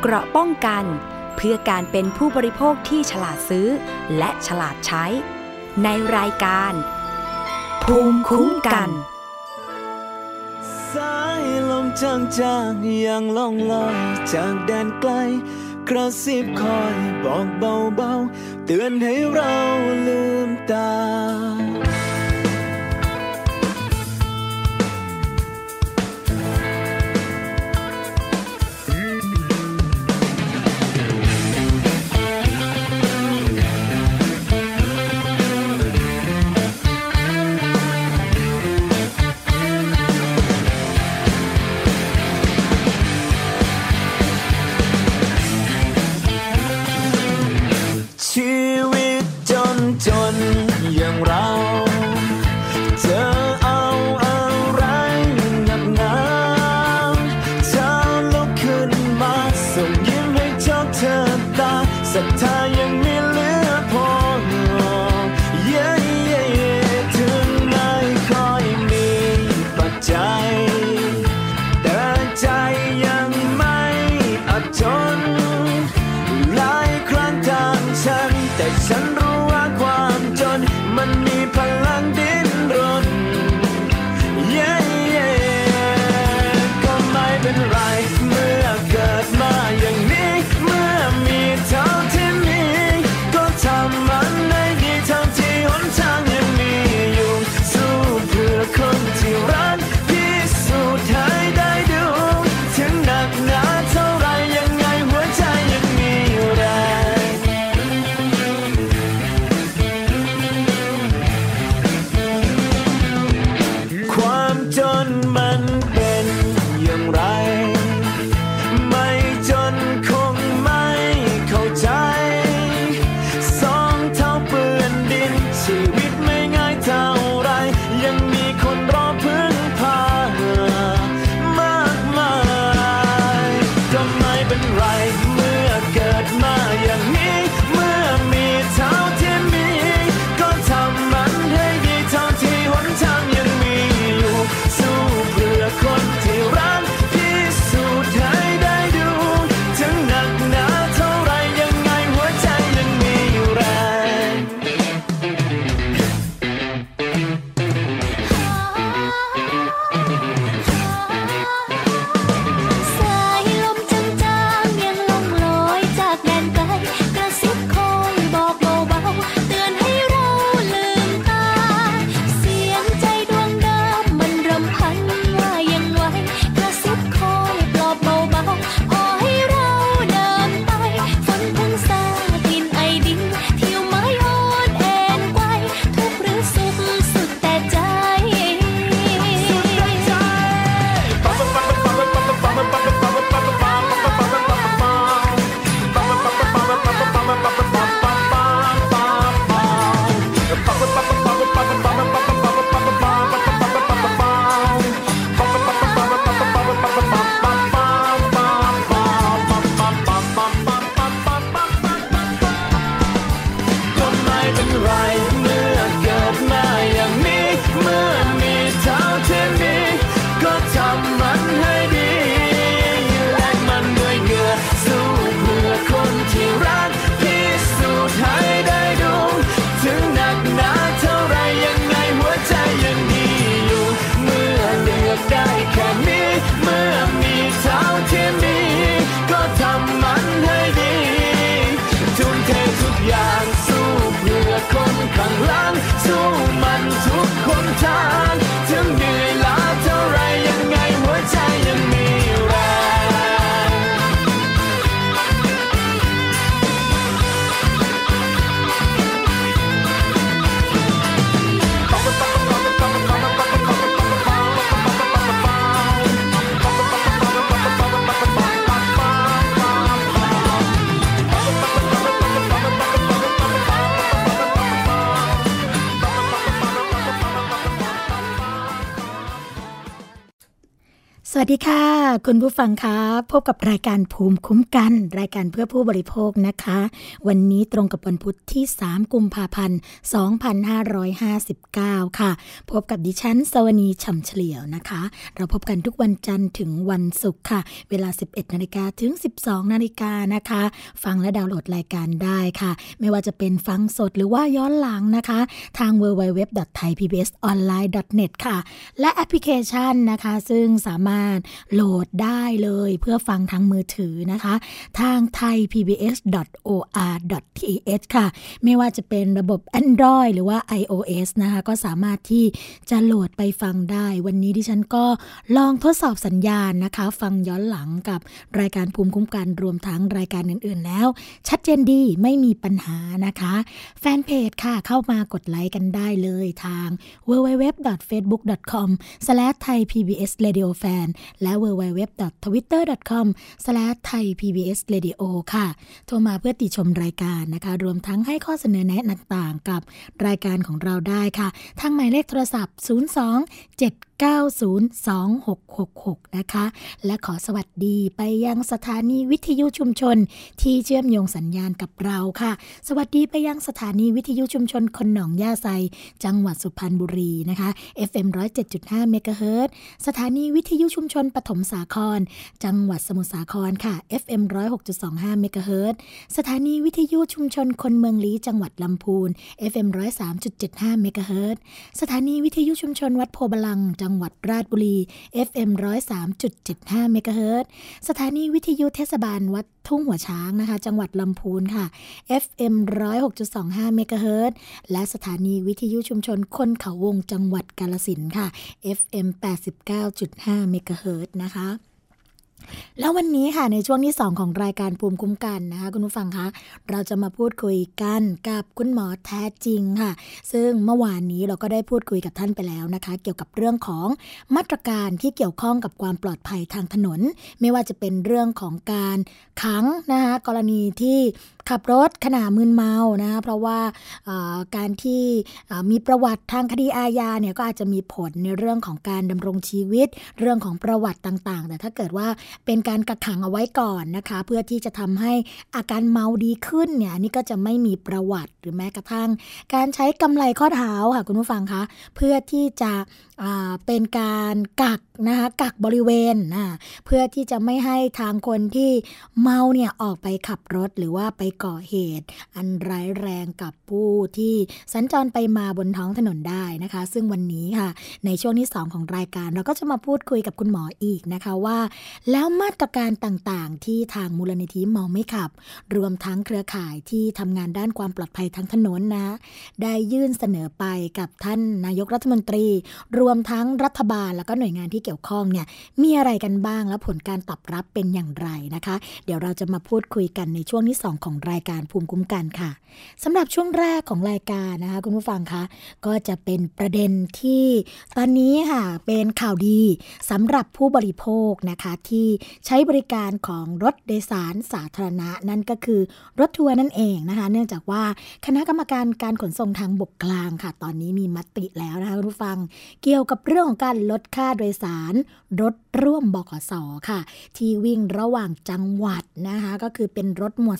เกราะป้องกันเพื่อการเป็นผู้บริโภคที่ฉลาดซื้อและฉลาดใช้ในรายการภูมิคุ้มกันสายลมจางๆยังล่องลอยจากแดนไกลกระซิบคอยบอกเบาๆเตือนให้เราลืมตาอย่างเราเจอเอาอะไรหนักหนาเช้าลุกขึ้นมาส่งยิ้มให้เจ้าเธอตาศรัทธายังมีเหลือพอถึงไม่ค่อยมีปัจจัยแต่ใจยังไม่อดทนหลายครั้งทางฉันแต่ฉันรู้ว่าความจนมันมีพลังดิ้นรนก็ไม่เป็นไรเมื่อเกิดมาอย่างนี้เมื่อมีเท่าที่มีก็ทำมันให้ดีเท่าที่หนทางยังมีอยู่สู้เพื่อคนที่รักพิสูจน์ให้ได้ดูถึงหนักหนาเท่าไรยังไงหัวใจยังมีแรงความจนมันเป็นอย่างไรไม่จนคงไม่เข้าใจสองเท้าเปื้อนดินชีวิตไม่ง่ายเท่าไรยังมีคนรอพึ่งพามากมายก็ไม่เป็นไรเมื่อเกิดมาอย่างนี้เมื่อมีเท่าที่มีก็ทำมันให้ดีเท่าที่หนทางยังมีอยู่สู้เพื่อคนที่รักพิสูจน์ให้ได้ดูถึงหนักหนาเท่าไรยังไงหัวใจยังมีแรงสายลมจางๆยังล่องลอยจากแดนไกลกระซิบคอยบอกเบาๆเตือนให้เราลืมตาเสียงใจดวงเดิมมันรำพันว่ายังไหวกระซิบคอยปลอบเบาๆพอให้เราเดินไปฝนเพิ่งซากลิ่นไอดินทิวไม้อ่อนแอนไกวทุกข์หรือสุขสุดแต่ใจก็ไม่เป็นไรเมื่อเกิดมาอย่างนี้เมื่อมีเท่าที่มีก็ทำมันให้ดีแลกมันด้วยเหงื่อสู้เพื่อคนที่รักพิสูจน์ให้ได้ดูถึงหนักหนาเท่าไรยังไงหัวใจยังมีอยู่เมื่อเลือกได้แค่นี้เมื่อมีเท่าที่มีก็ทำมันให้ดีทุ่มเททุกอย่างสู้เพื่อคนข้างหลังสู้มันทุกคนทางถึงเหนื่อยล้าเท่าไรยังไงหัวใจยังมีแรงวัสดีค่ะคุณผู้ฟังคะพบกับรายการภูมิคุ้มกันรายการเพื่อผู้บริโภคนะคะวันนี้ตรงกับวันพุธที่3กุมภาพันธ์2559ค่ะพบกับดิฉันสวนีฉ่ำเฉลียวนะคะเราพบกันทุกวันจันทร์ถึงวันศุกร์ค่ะเวลา 11:00 นถึง 12:00 นนะคะฟังและดาวน์โหลดรายการได้ค่ะไม่ว่าจะเป็นฟังสดหรือว่าย้อนหลังนะคะทาง www.thaipbsonline.net ค่ะและแอปพลิเคชันนะคะซึ่งสามารถโหลดได้เลยเพื่อฟังทางมือถือนะคะทาง thaipbs.or.th ค่ะไม่ว่าจะเป็นระบบ Android หรือว่า iOS นะคะก็สามารถที่จะโหลดไปฟังได้วันนี้ดิฉันก็ลองทดสอบสัญญาณนะคะฟังย้อนหลังกับรายการภูมิคุ้มกันรวมทั้งรายการอื่นๆแล้วชัดเจนดีไม่มีปัญหานะคะแฟนเพจค่ะเข้ามากดไลค์กันได้เลยทาง www.facebook.com/thaipbsradiofan และ www.twitter.com/thaipbsradio ค่ะโทรมาเพื่อติชมรายการนะคะรวมทั้งให้ข้อเสนอแนะต่างๆกับรายการของเราได้ค่ะทางหมายเลขโทรศัพท์02-7902666นะคะและขอสวัสดีไปยังสถานีวิทยุชุมชนที่เชื่อมโยงสัญญาณกับเราค่ะสวัสดีไปยังสถานีวิทยุชุมชนคนหนองย่าไซจังหวัดสุพรรณบุรีนะคะ FM 107.5 เมกะเฮิรตซ์สถานีวิทยุชุมชนปฐมสาครจังหวัดสมุทรสาครค่ะ FM 106.25 เมกะเฮิรตซ์สถานีวิทยุชุมชนคนเมืองลี้จังหวัดลำพูน FM 103.75 เมกะเฮิรตซ์สถานีวิทยุชุมชนวัดโพบลังจังหวัดราชบุรี FM 103.75 เมกะเฮิรตซ์สถานีวิทยุเทศบาลวัดทุ่งหัวช้างนะคะจังหวัดลำพูนค่ะ FM 106.25 เมกะเฮิรตซ์และสถานีวิทยุชุมชนคนเขาวงจังหวัดกาฬสินธุ์ค่ะ FM 89.5 เมกะเฮิรตซ์นะคะแล้ววันนี้ค่ะในช่วงที่2ของรายการภูมิคุ้มกันนะคะคุณผู้ฟังคะเราจะมาพูดคุยกันกับคุณหมอแท้จริงค่ะซึ่งเมื่อวานนี้เราก็ได้พูดคุยกับท่านไปแล้วนะคะเกี่ยวกับเรื่องของมาตรการที่เกี่ยวข้องกับความปลอดภัยทางถนนไม่ว่าจะเป็นเรื่องของการขังนะคะกรณีที่ขับรถขณะมึนเมานะคะเพราะว่าการที่มีประวัติทางคดีอาญาเนี่ยก็อาจจะมีผลในเรื่องของการดำรงชีวิตเรื่องของประวัติต่างๆแต่ถ้าเกิดว่าเป็นการกักขังเอาไว้ก่อนนะคะเพื่อที่จะทำให้อาการเมาดีขึ้นเนี่ยนี่ก็จะไม่มีประวัติหรือแม้กระทั่งการใช้กำไลข้อเท้าค่ะคุณผู้ฟังคะเพื่อที่จะเป็นการกักนะคะกักบริเวณเพื่อที่จะไม่ให้ทางคนที่เมาเนี่ยออกไปขับรถหรือว่าไปก่อเหตุอันร้ายแรงกับผู้ที่สัญจรไปมาบนท้องถนนได้นะคะซึ่งวันนี้ค่ะในช่วงที่2ของรายการเราก็จะมาพูดคุยกับคุณหมออีกนะคะว่าแล้วมาตรการต่างๆที่ทางมูลนิธิเมาไม่ขับรวมทั้งเครือข่ายที่ทำงานด้านความปลอดภัยทางถนนนะได้ยื่นเสนอไปกับท่านนายกรัฐมนตรีรวมทั้งรัฐบาลแล้วก็หน่วยงานที่เกี่ยวข้องเนี่ยมีอะไรกันบ้างและผลการตอบรับเป็นอย่างไรนะคะเดี๋ยวเราจะมาพูดคุยกันในช่วงที่2ของรายการภูมิคุ้มกันค่ะสำหรับช่วงแรกของรายการนะคะคุณผู้ฟังคะก็จะเป็นประเด็นที่ตอนนี้ค่ะเป็นข่าวดีสำหรับผู้บริโภคนะคะที่ใช้บริการของรถโดยสารสาธารณะนั่นก็คือรถทัวร์นั่นเองนะคะเนื่องจากว่าคณะกรรมการการขนส่งทางบกกลางค่ะตอนนี้มีมติแล้วนะคะคุณผู้ฟังเกี่ยวกับเรื่องของการลดค่าโดยสารรถร่วมบขส.ค่ะที่วิ่งระหว่างจังหวัดนะคะก็คือเป็นรถหมวด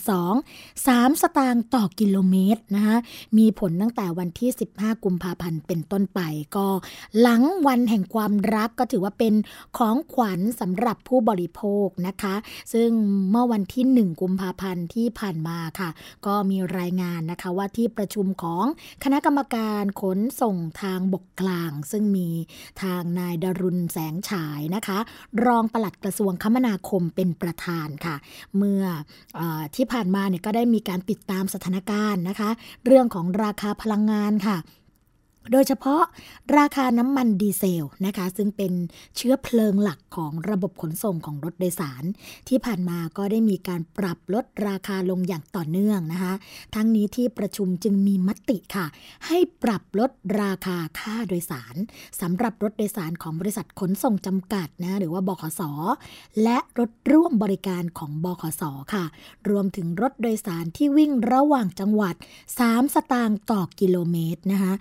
2 3 สตางค์ต่อกิโลเมตรนะคะมีผลตั้งแต่วันที่15กุมภาพันธ์เป็นต้นไปก็หลังวันแห่งความรักก็ถือว่าเป็นของขวัญสำหรับผู้บริโภคนะคะซึ่งเมื่อวันที่1กุมภาพันธ์ที่ผ่านมาค่ะก็มีรายงานนะคะว่าที่ประชุมของคณะกรรมการขนส่งทางบกกลางซึ่งมีทางนายดรุณแสงฉายนะคะรองปลัดกระทรวงคมนาคมเป็นประธานค่ะเมื่อที่ผ่านมาเนี่ยก็ได้มีการติดตามสถานการณ์นะคะเรื่องของราคาพลังงานค่ะ โดยเฉพาะราคาน้ำมันดีเซลนะคะซึ่งเป็นเชื้อเพลิงหลักของระบบขนส่งของรถโดยสารที่ผ่านมาก็ได้มีการปรับลดราคาลงอย่างต่อเนื่องนะคะทั้งนี้ที่ประชุมจึงมีมติค่ะให้ปรับลดราคาค่าโดยสารสำหรับรถโดยสารของบริษัทขนส่งจำกัดนะหรือว่าบขส.และรถร่วมบริการของบขส.ค่ะรวมถึงรถโดยสารที่วิ่งระหว่างจังหวัด3 สตางค์ต่อกิโลเมตรนะคะโดย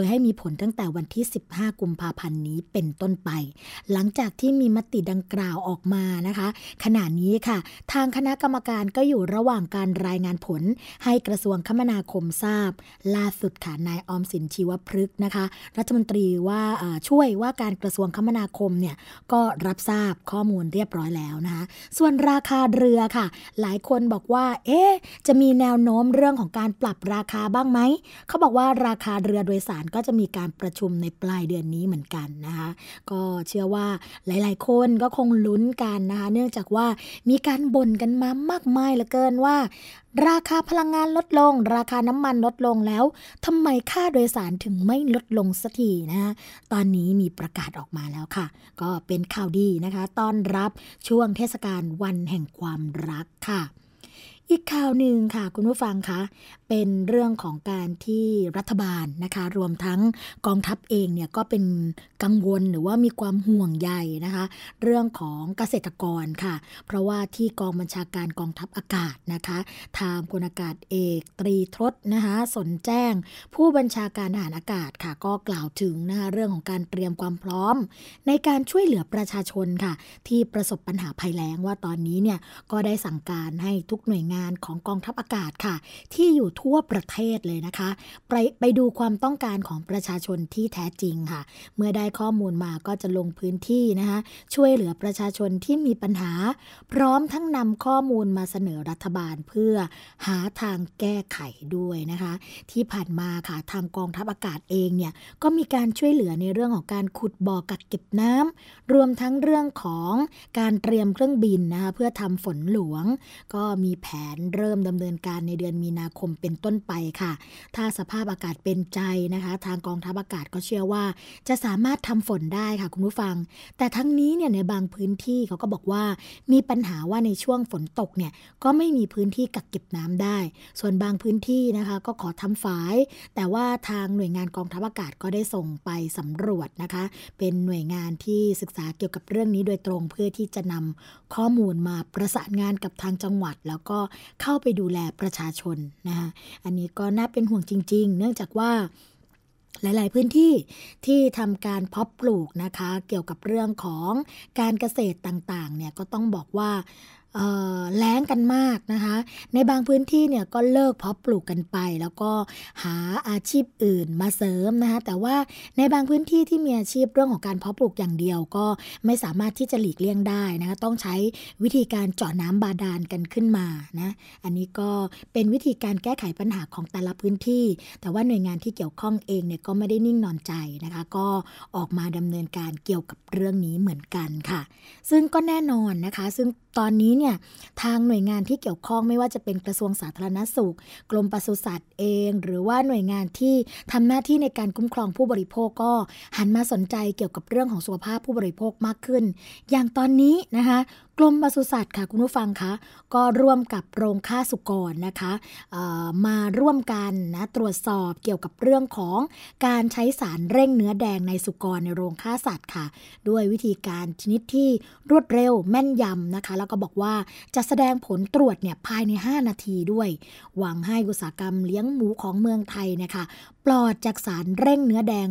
ให้มีผลตั้งแต่วันที่15กุมภาพันธ์นี้เป็นต้นไปหลังจากที่มีมติดังกล่าวออกมานะคะขณะนี้ค่ะทางคณะกรรมการก็อยู่ระหว่างการรายงานผลให้กระทรวงคมนาคมทราบล่าสุดค่ะนายออมสินชีวพฤกษ์นะคะรัฐมนตรีว่าช่วยว่าการกระทรวงคมนาคมเนี่ยก็รับทราบข้อมูลเรียบร้อยแล้วนะคะส่วนราคาเรือค่ะหลายคนบอกว่าจะมีแนวโน้มเรื่องของการปรับราคาบ้างไหมเขาบอกว่าราคาเรือโดยสารก็จะมีการประชุมในปลายเดือนนี้เหมือนกันนะคะก็เชื่อว่าหลายๆคนก็คงลุ้นกันนะคะเนื่องจากว่ามีการบ่นกันมามากมายเหลือเกินว่าราคาพลังงานลดลงราคาน้ำมันลดลงแล้วทำไมค่าโดยสารถึงไม่ลดลงสักทีนะคะตอนนี้มีประกาศออกมาแล้วค่ะก็เป็นข่าวดีนะคะต้อนรับช่วงเทศกาลวันแห่งความรักค่ะอีกข่าวหนึ่งค่ะคุณผู้ฟังคะเป็นเรื่องของการที่รัฐบาลนะคะรวมทั้งกองทัพเองเนี่ยก็เป็นกังวลหรือว่ามีความห่วงใยนะคะเรื่องของเกษตรกรค่ะเพราะว่าที่กองบัญชาการกองทัพอากาศนะคะทางพลอากาศเอกตรีทศนะคะสนแจ้งผู้บัญชาการทหารอากาศค่ะก็กล่าวถึงนะคะเรื่องของการเตรียมความพร้อมในการช่วยเหลือประชาชนค่ะที่ประสบปัญหาภัยแล้งว่าตอนนี้เนี่ยก็ได้สั่งการให้ทุกหน่วยงานของกองทัพอากาศค่ะที่อยู่ทั่วประเทศเลยนะคะไปดูความต้องการของประชาชนที่แท้จริงค่ะเมื่อได้ข้อมูลมาก็จะลงพื้นที่นะคะช่วยเหลือประชาชนที่มีปัญหาพร้อมทั้งนำข้อมูลมาเสนอรัฐบาลเพื่อหาทางแก้ไขด้วยนะคะที่ผ่านมาค่ะทางกองทัพอากาศเองเนี่ยก็มีการช่วยเหลือในเรื่องของการขุดบ่อกักเก็บน้ำรวมทั้งเรื่องของการเตรียมเครื่องบินนะคะเพื่อทำฝนหลวงก็มีแผนเริ่มดำเนินการในเดือนมีนาคมเป็นต้นไปค่ะถ้าสภาพอากาศเป็นใจนะคะทางกองทัพอากาศก็เชื่อว่าจะสามารถทำฝนได้ค่ะคุณผู้ฟังแต่ทั้งนี้เนี่ยในบางพื้นที่เขาก็บอกว่ามีปัญหาว่าในช่วงฝนตกเนี่ยก็ไม่มีพื้นที่กักเก็บน้ำได้ส่วนบางพื้นที่นะคะก็ขอทำฝายแต่ว่าทางหน่วยงานกองทัพอากาศก็ได้ส่งไปสำรวจนะคะเป็นหน่วยงานที่ศึกษาเกี่ยวกับเรื่องนี้โดยตรงเพื่อที่จะนำข้อมูลมาประสานงานกับทางจังหวัดแล้วก็เข้าไปดูแลประชาชนนะคะอันนี้ก็น่าเป็นห่วงจริงๆเนื่องจากว่าหลายๆพื้นที่ที่ทำการเพาะปลูกนะคะเกี่ยวกับเรื่องของการเกษตรต่างๆเนี่ยก็ต้องบอกว่าแล้งกันมากนะคะในบางพื้นที่เนี่ยก็เลิกเพาะปลูกกันไปแล้วก็หาอาชีพอื่นมาเสริมนะคะแต่ว่าในบางพื้นที่ที่มีอาชีพเรื่องของการเพาะปลูกอย่างเดียวก็ไม่สามารถที่จะหลีกเลี่ยงได้นะคะต้องใช้วิธีการเจาะน้ำบาดาลกันขึ้นมานะอันนี้ก็เป็นวิธีการแก้ไขปัญหาของแต่ละพื้นที่แต่ว่าหน่วยงานที่เกี่ยวข้องเองเนี่ยก็ไม่ได้นิ่งนอนใจนะคะก็ออกมาดำเนินการเกี่ยวกับเรื่องนี้เหมือนกันค่ะซึ่งก็แน่นอนนะคะซึ่งตอนนี้เนี่ยทางหน่วยงานที่เกี่ยวข้องไม่ว่าจะเป็นกระทรวงสาธารณสุขกรมปศุสัตว์เองหรือว่าหน่วยงานที่ทำหน้าที่ในการคุ้มครองผู้บริโภคก็หันมาสนใจเกี่ยวกับเรื่องของสุขภาพผู้บริโภคมากขึ้นอย่างตอนนี้นะคะกรมปศุสัตว์ค่ะคุณผู้ฟังคะก็ร่วมกับโรงฆ่าสุกรนะคะมาร่วมกันนะตรวจสอบเกี่ยวกับเรื่องของการใช้สารเร่งเนื้อแดงในสุกรในโรงฆ่าสัตว์ค่ะด้วยวิธีการชนิดที่รวดเร็วแม่นยำนะคะแล้วก็บอกว่าจะแสดงผลตรวจเนี่ยภายใน5นาทีด้วยหวังให้อุตสาหกรรมเลี้ยงหมูของเมืองไทยนะคะปลอดจากสารเร่งเนื้อแดง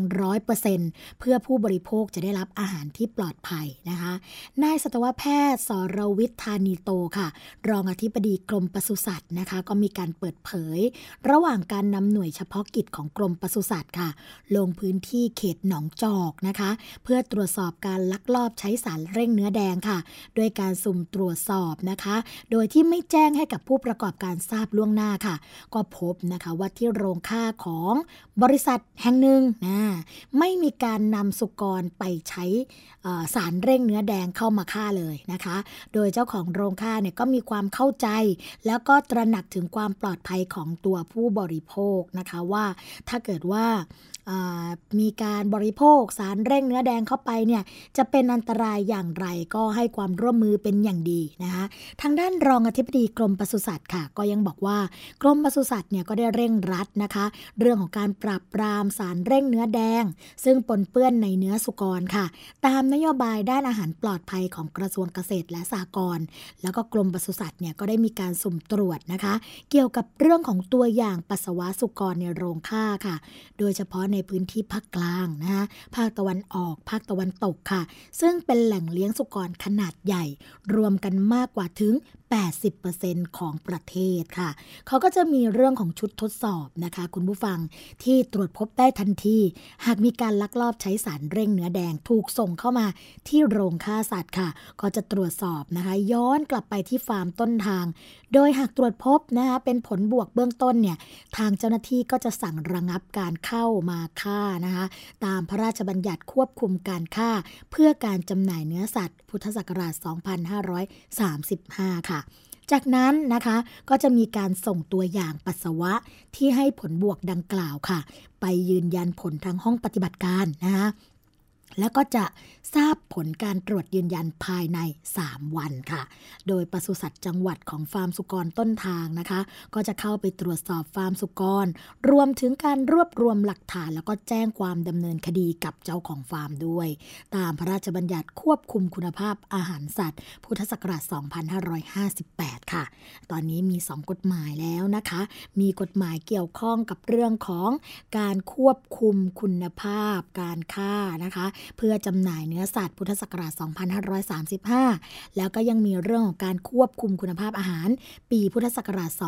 100% เพื่อผู้บริโภคจะได้รับอาหารที่ปลอดภัยนะคะนายสัตวแพทย์สรวิทย์ธานีโตค่ะรองอธิบดีกรมปศุสัตว์นะคะก็มีการเปิดเผยระหว่างการนำหน่วยเฉพาะกิจของกรมปศุสัตว์ค่ะลงพื้นที่เขตหนองจอกนะคะเพื่อตรวจสอบการลักลอบใช้สารเร่งเนื้อแดงค่ะโดยการสุ่มตรวจสอบนะคะโดยที่ไม่แจ้งให้กับผู้ประกอบการทราบล่วงหน้าค่ะก็พบนะคะว่าที่โรงฆ่าของบริษัทแห่งหนึ่งไม่มีการนำสุกรไปใช้สารเร่งเนื้อแดงเข้ามาฆ่าเลยนะคะโดยเจ้าของโรงฆ่าเนี่ยก็มีความเข้าใจแล้วก็ตระหนักถึงความปลอดภัยของตัวผู้บริโภคนะคะว่าถ้าเกิดว่ามีการบริโภคสารเร่งเนื้อแดงเข้าไปเนี่ยจะเป็นอันตรายอย่างไรก็ให้ความร่วมมือเป็นอย่างดีนะคะทางด้านรองอธิบดีกรมปศุสัตว์ค่ะก็ยังบอกว่ากรมปศุสัตว์เนี่ยก็ได้เร่งรัดนะคะเรื่องของการปราบปรามสารเร่งเนื้อแดงซึ่งปนเปื้อนในเนื้อสุกรค่ะตามนโยบายด้านอาหารปลอดภัยของกระทรวงเกษตรและสหกรณ์แล้วก็กรมปศุสัตว์เนี่ยก็ได้มีการสุ่มตรวจนะคะเกี่ยวกับเรื่องของตัวอย่างปัสสาวะสุกรในโรงฆ่าค่ะโดยเฉพาะในในพื้นที่ภาคกลางนะคะภาคตะวันออกภาคตะวันตกค่ะซึ่งเป็นแหล่งเลี้ยงสุกรขนาดใหญ่รวมกันมากกว่าถึง 80% ของประเทศค่ะเขาก็จะมีเรื่องของชุดทดสอบนะคะคุณผู้ฟังที่ตรวจพบได้ทันทีหากมีการลักลอบใช้สารเร่งเนื้อแดงถูกส่งเข้ามาที่โรงฆ่าสัตว์ค่ะก็จะตรวจสอบนะคะย้อนกลับไปที่ฟาร์มต้นทางโดยหากตรวจพบนะคะเป็นผลบวกเบื้องต้นเนี่ยทางเจ้าหน้าที่ก็จะสั่งระงับการเข้ามาฆ่านะคะตามพระราชบัญญัติควบคุมการฆ่าเพื่อการจำหน่ายเนื้อสัตว์พุทธศักราช 2535 ค่ะจากนั้นนะคะก็จะมีการส่งตัวอย่างปัสสาวะที่ให้ผลบวกดังกล่าวค่ะไปยืนยันผลทางห้องปฏิบัติการนะคะแล้วก็จะทราบผลการตรวจยืนยันภายใน3วันค่ะโดยปศุสัตว์จังหวัดของฟาร์มสุกรต้นทางนะคะก็จะเข้าไปตรวจสอบฟาร์มสุกรรวมถึงการรวบรวมหลักฐานแล้วก็แจ้งความดำเนินคดีกับเจ้าของฟาร์มด้วยตามพระราชบัญญัติควบคุมคุณภาพอาหารสัตว์พุทธศักราช 2558 ค่ะตอนนี้มี2กฎหมายแล้วนะคะมีกฎหมายเกี่ยวข้องกับเรื่องของการควบคุมคุณภาพการฆ่านะคะเพื่อจำหน่ายเนื้อสัตว์พุทธศักราช 2535 แล้วก็ยังมีเรื่องของการควบคุมคุณภาพอาหารปีพุทธศักราช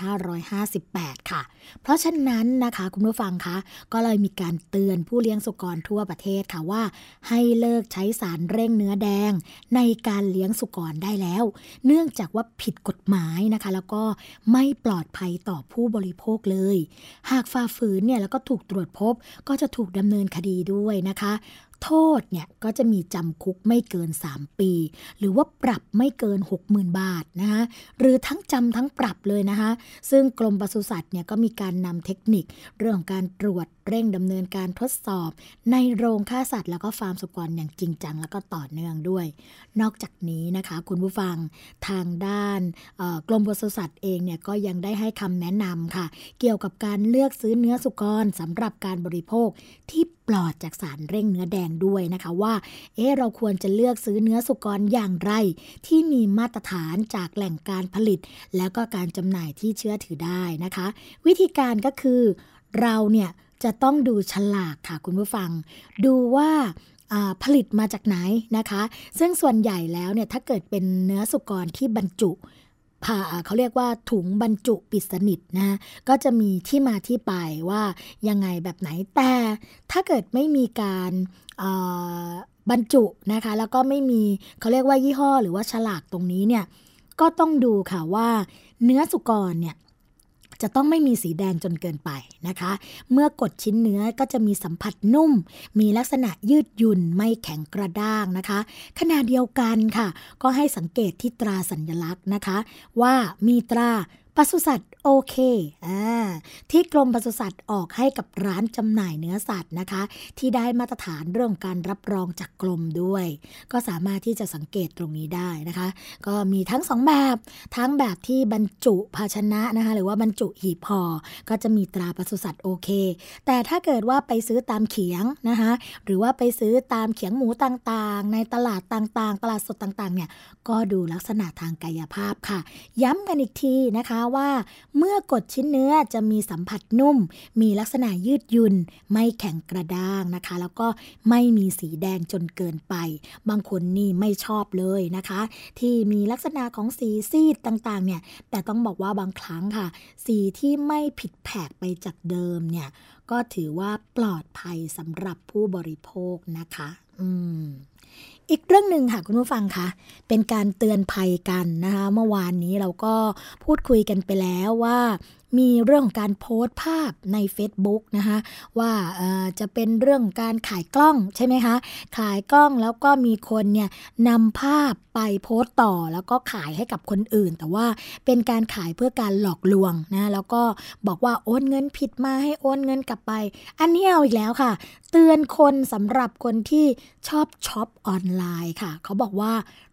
2558 ค่ะเพราะฉะนั้นนะคะคุณผู้ฟังคะก็เลยมีการเตือนผู้เลี้ยงสุกรทั่วประเทศค่ะว่าให้เลิกใช้สารเร่งเนื้อแดงในการเลี้ยงสุกรได้แล้วเนื่องจากว่าผิดกฎหมายนะคะแล้วก็ไม่ปลอดภัยต่อผู้บริโภคเลยหากฝ่าฝืนเนี่ยแล้วก็ถูกตรวจพบก็จะถูกดำเนินคดีด้วยนะคะโทษเนี่ยก็จะมีจำคุกไม่เกิน3ปีหรือว่าปรับไม่เกิน 60,000 บาทนะคะหรือทั้งจำทั้งปรับเลยนะคะซึ่งกรมปศุสัตว์เนี่ยก็มีการนำเทคนิคเรื่องของการตรวจเร่งดำเนินการทดสอบในโรงฆ่าสัตว์แล้วก็ฟาร์มสุกรอย่างจริงจังแล้วก็ต่อเนื่องด้วยนอกจากนี้นะคะคุณผู้ฟังทางด้านกรมปศุสัตว์เองเนี่ยก็ยังได้ให้คำแนะนำค่ะเกี่ยวกับการเลือกซื้อเนื้อสุกรสำหรับการบริโภคที่ปลอดจากสารเร่งเนื้อแดงด้วยนะคะว่าเราควรจะเลือกซื้อเนื้อสุกรอย่างไรที่มีมาตรฐานจากแหล่งการผลิตแล้วก็การจำหน่ายที่เชื่อถือได้นะคะวิธีการก็คือเราเนี่ยจะต้องดูฉลากค่ะคุณผู้ฟังดูว่าผลิตมาจากไหนนะคะซึ่งส่วนใหญ่แล้วเนี่ยถ้าเกิดเป็นเนื้อสุกรที่บรรจุเขาเรียกว่าถุงบรรจุปิดสนิทนะก็จะมีที่มาที่ไปว่ายังไงแบบไหนแต่ถ้าเกิดไม่มีการบรรจุนะคะแล้วก็ไม่มีเขาเรียกว่ายี่ห้อหรือว่าฉลากตรงนี้เนี่ยก็ต้องดูค่ะว่าเนื้อสุกรเนี่ยจะต้องไม่มีสีแดงจนเกินไปนะคะเมื่อกดชิ้นเนื้อก็จะมีสัมผัสนุ่มมีลักษณะยืดหยุ่นไม่แข็งกระด้างนะคะขณะเดียวกันค่ะก็ให้สังเกตที่ตราสัญลักษณ์นะคะว่ามีตราปศุสัตว์โอเคที่กรมปศุสัตว์ออกให้กับร้านจำหน่ายเนื้อสัตว์นะคะที่ได้มาตรฐานเรื่องการรับรองจากกรมด้วยก็สามารถที่จะสังเกตตรงนี้ได้นะคะก็มีทั้ง2แบบทั้งแบบที่บรรจุภาชนะนะคะหรือว่าบรรจุหีบห่อก็จะมีตราปศุสัตว์โอเคแต่ถ้าเกิดว่าไปซื้อตามเขียงนะคะหรือว่าไปซื้อตามเขียงหมูต่างๆในตลาดต่างๆตลาดสดต่างๆเนี่ยก็ดูลักษณะทางกายภาพค่ะย้ำกันอีกทีนะคะว่าเมื่อกดชิ้นเนื้อจะมีสัมผัสนุ่มมีลักษณะยืดหยุ่นไม่แข็งกระด้างนะคะแล้วก็ไม่มีสีแดงจนเกินไปบางคนนี่ไม่ชอบเลยนะคะที่มีลักษณะของสีซีดต่างๆเนี่ยแต่ต้องบอกว่าบางครั้งค่ะสีที่ไม่ผิดแผกไปจากเดิมเนี่ยก็ถือว่าปลอดภัยสำหรับผู้บริโภคนะคะอีกเรื่องหนึ่งค่ะคุณผู้ฟังคะเป็นการเตือนภัยกันนะคะเมื่อวานนี้เราก็พูดคุยกันไปแล้วว่ามีเรื่องของการโพสต์ภาพใน Facebook นะคะว่าจะเป็นเรื่องการขายกล้องใช่ไหมคะขายกล้องแล้วก็มีคนเนี่ยนำภาพไปโพสต์ต่อแล้วก็ขายให้กับคนอื่นแต่ว่าเป็นการขายเพื่อการหลอกลวงนะแล้วก็บอกว่าโอนเงินผิดมาให้โอนเงินกลับไปอันนี้เอาอีกแล้วค่ะเตือนคนสำหรับคนที่ชอบช็อปออนไลน์ค่ะเขาบอกว่า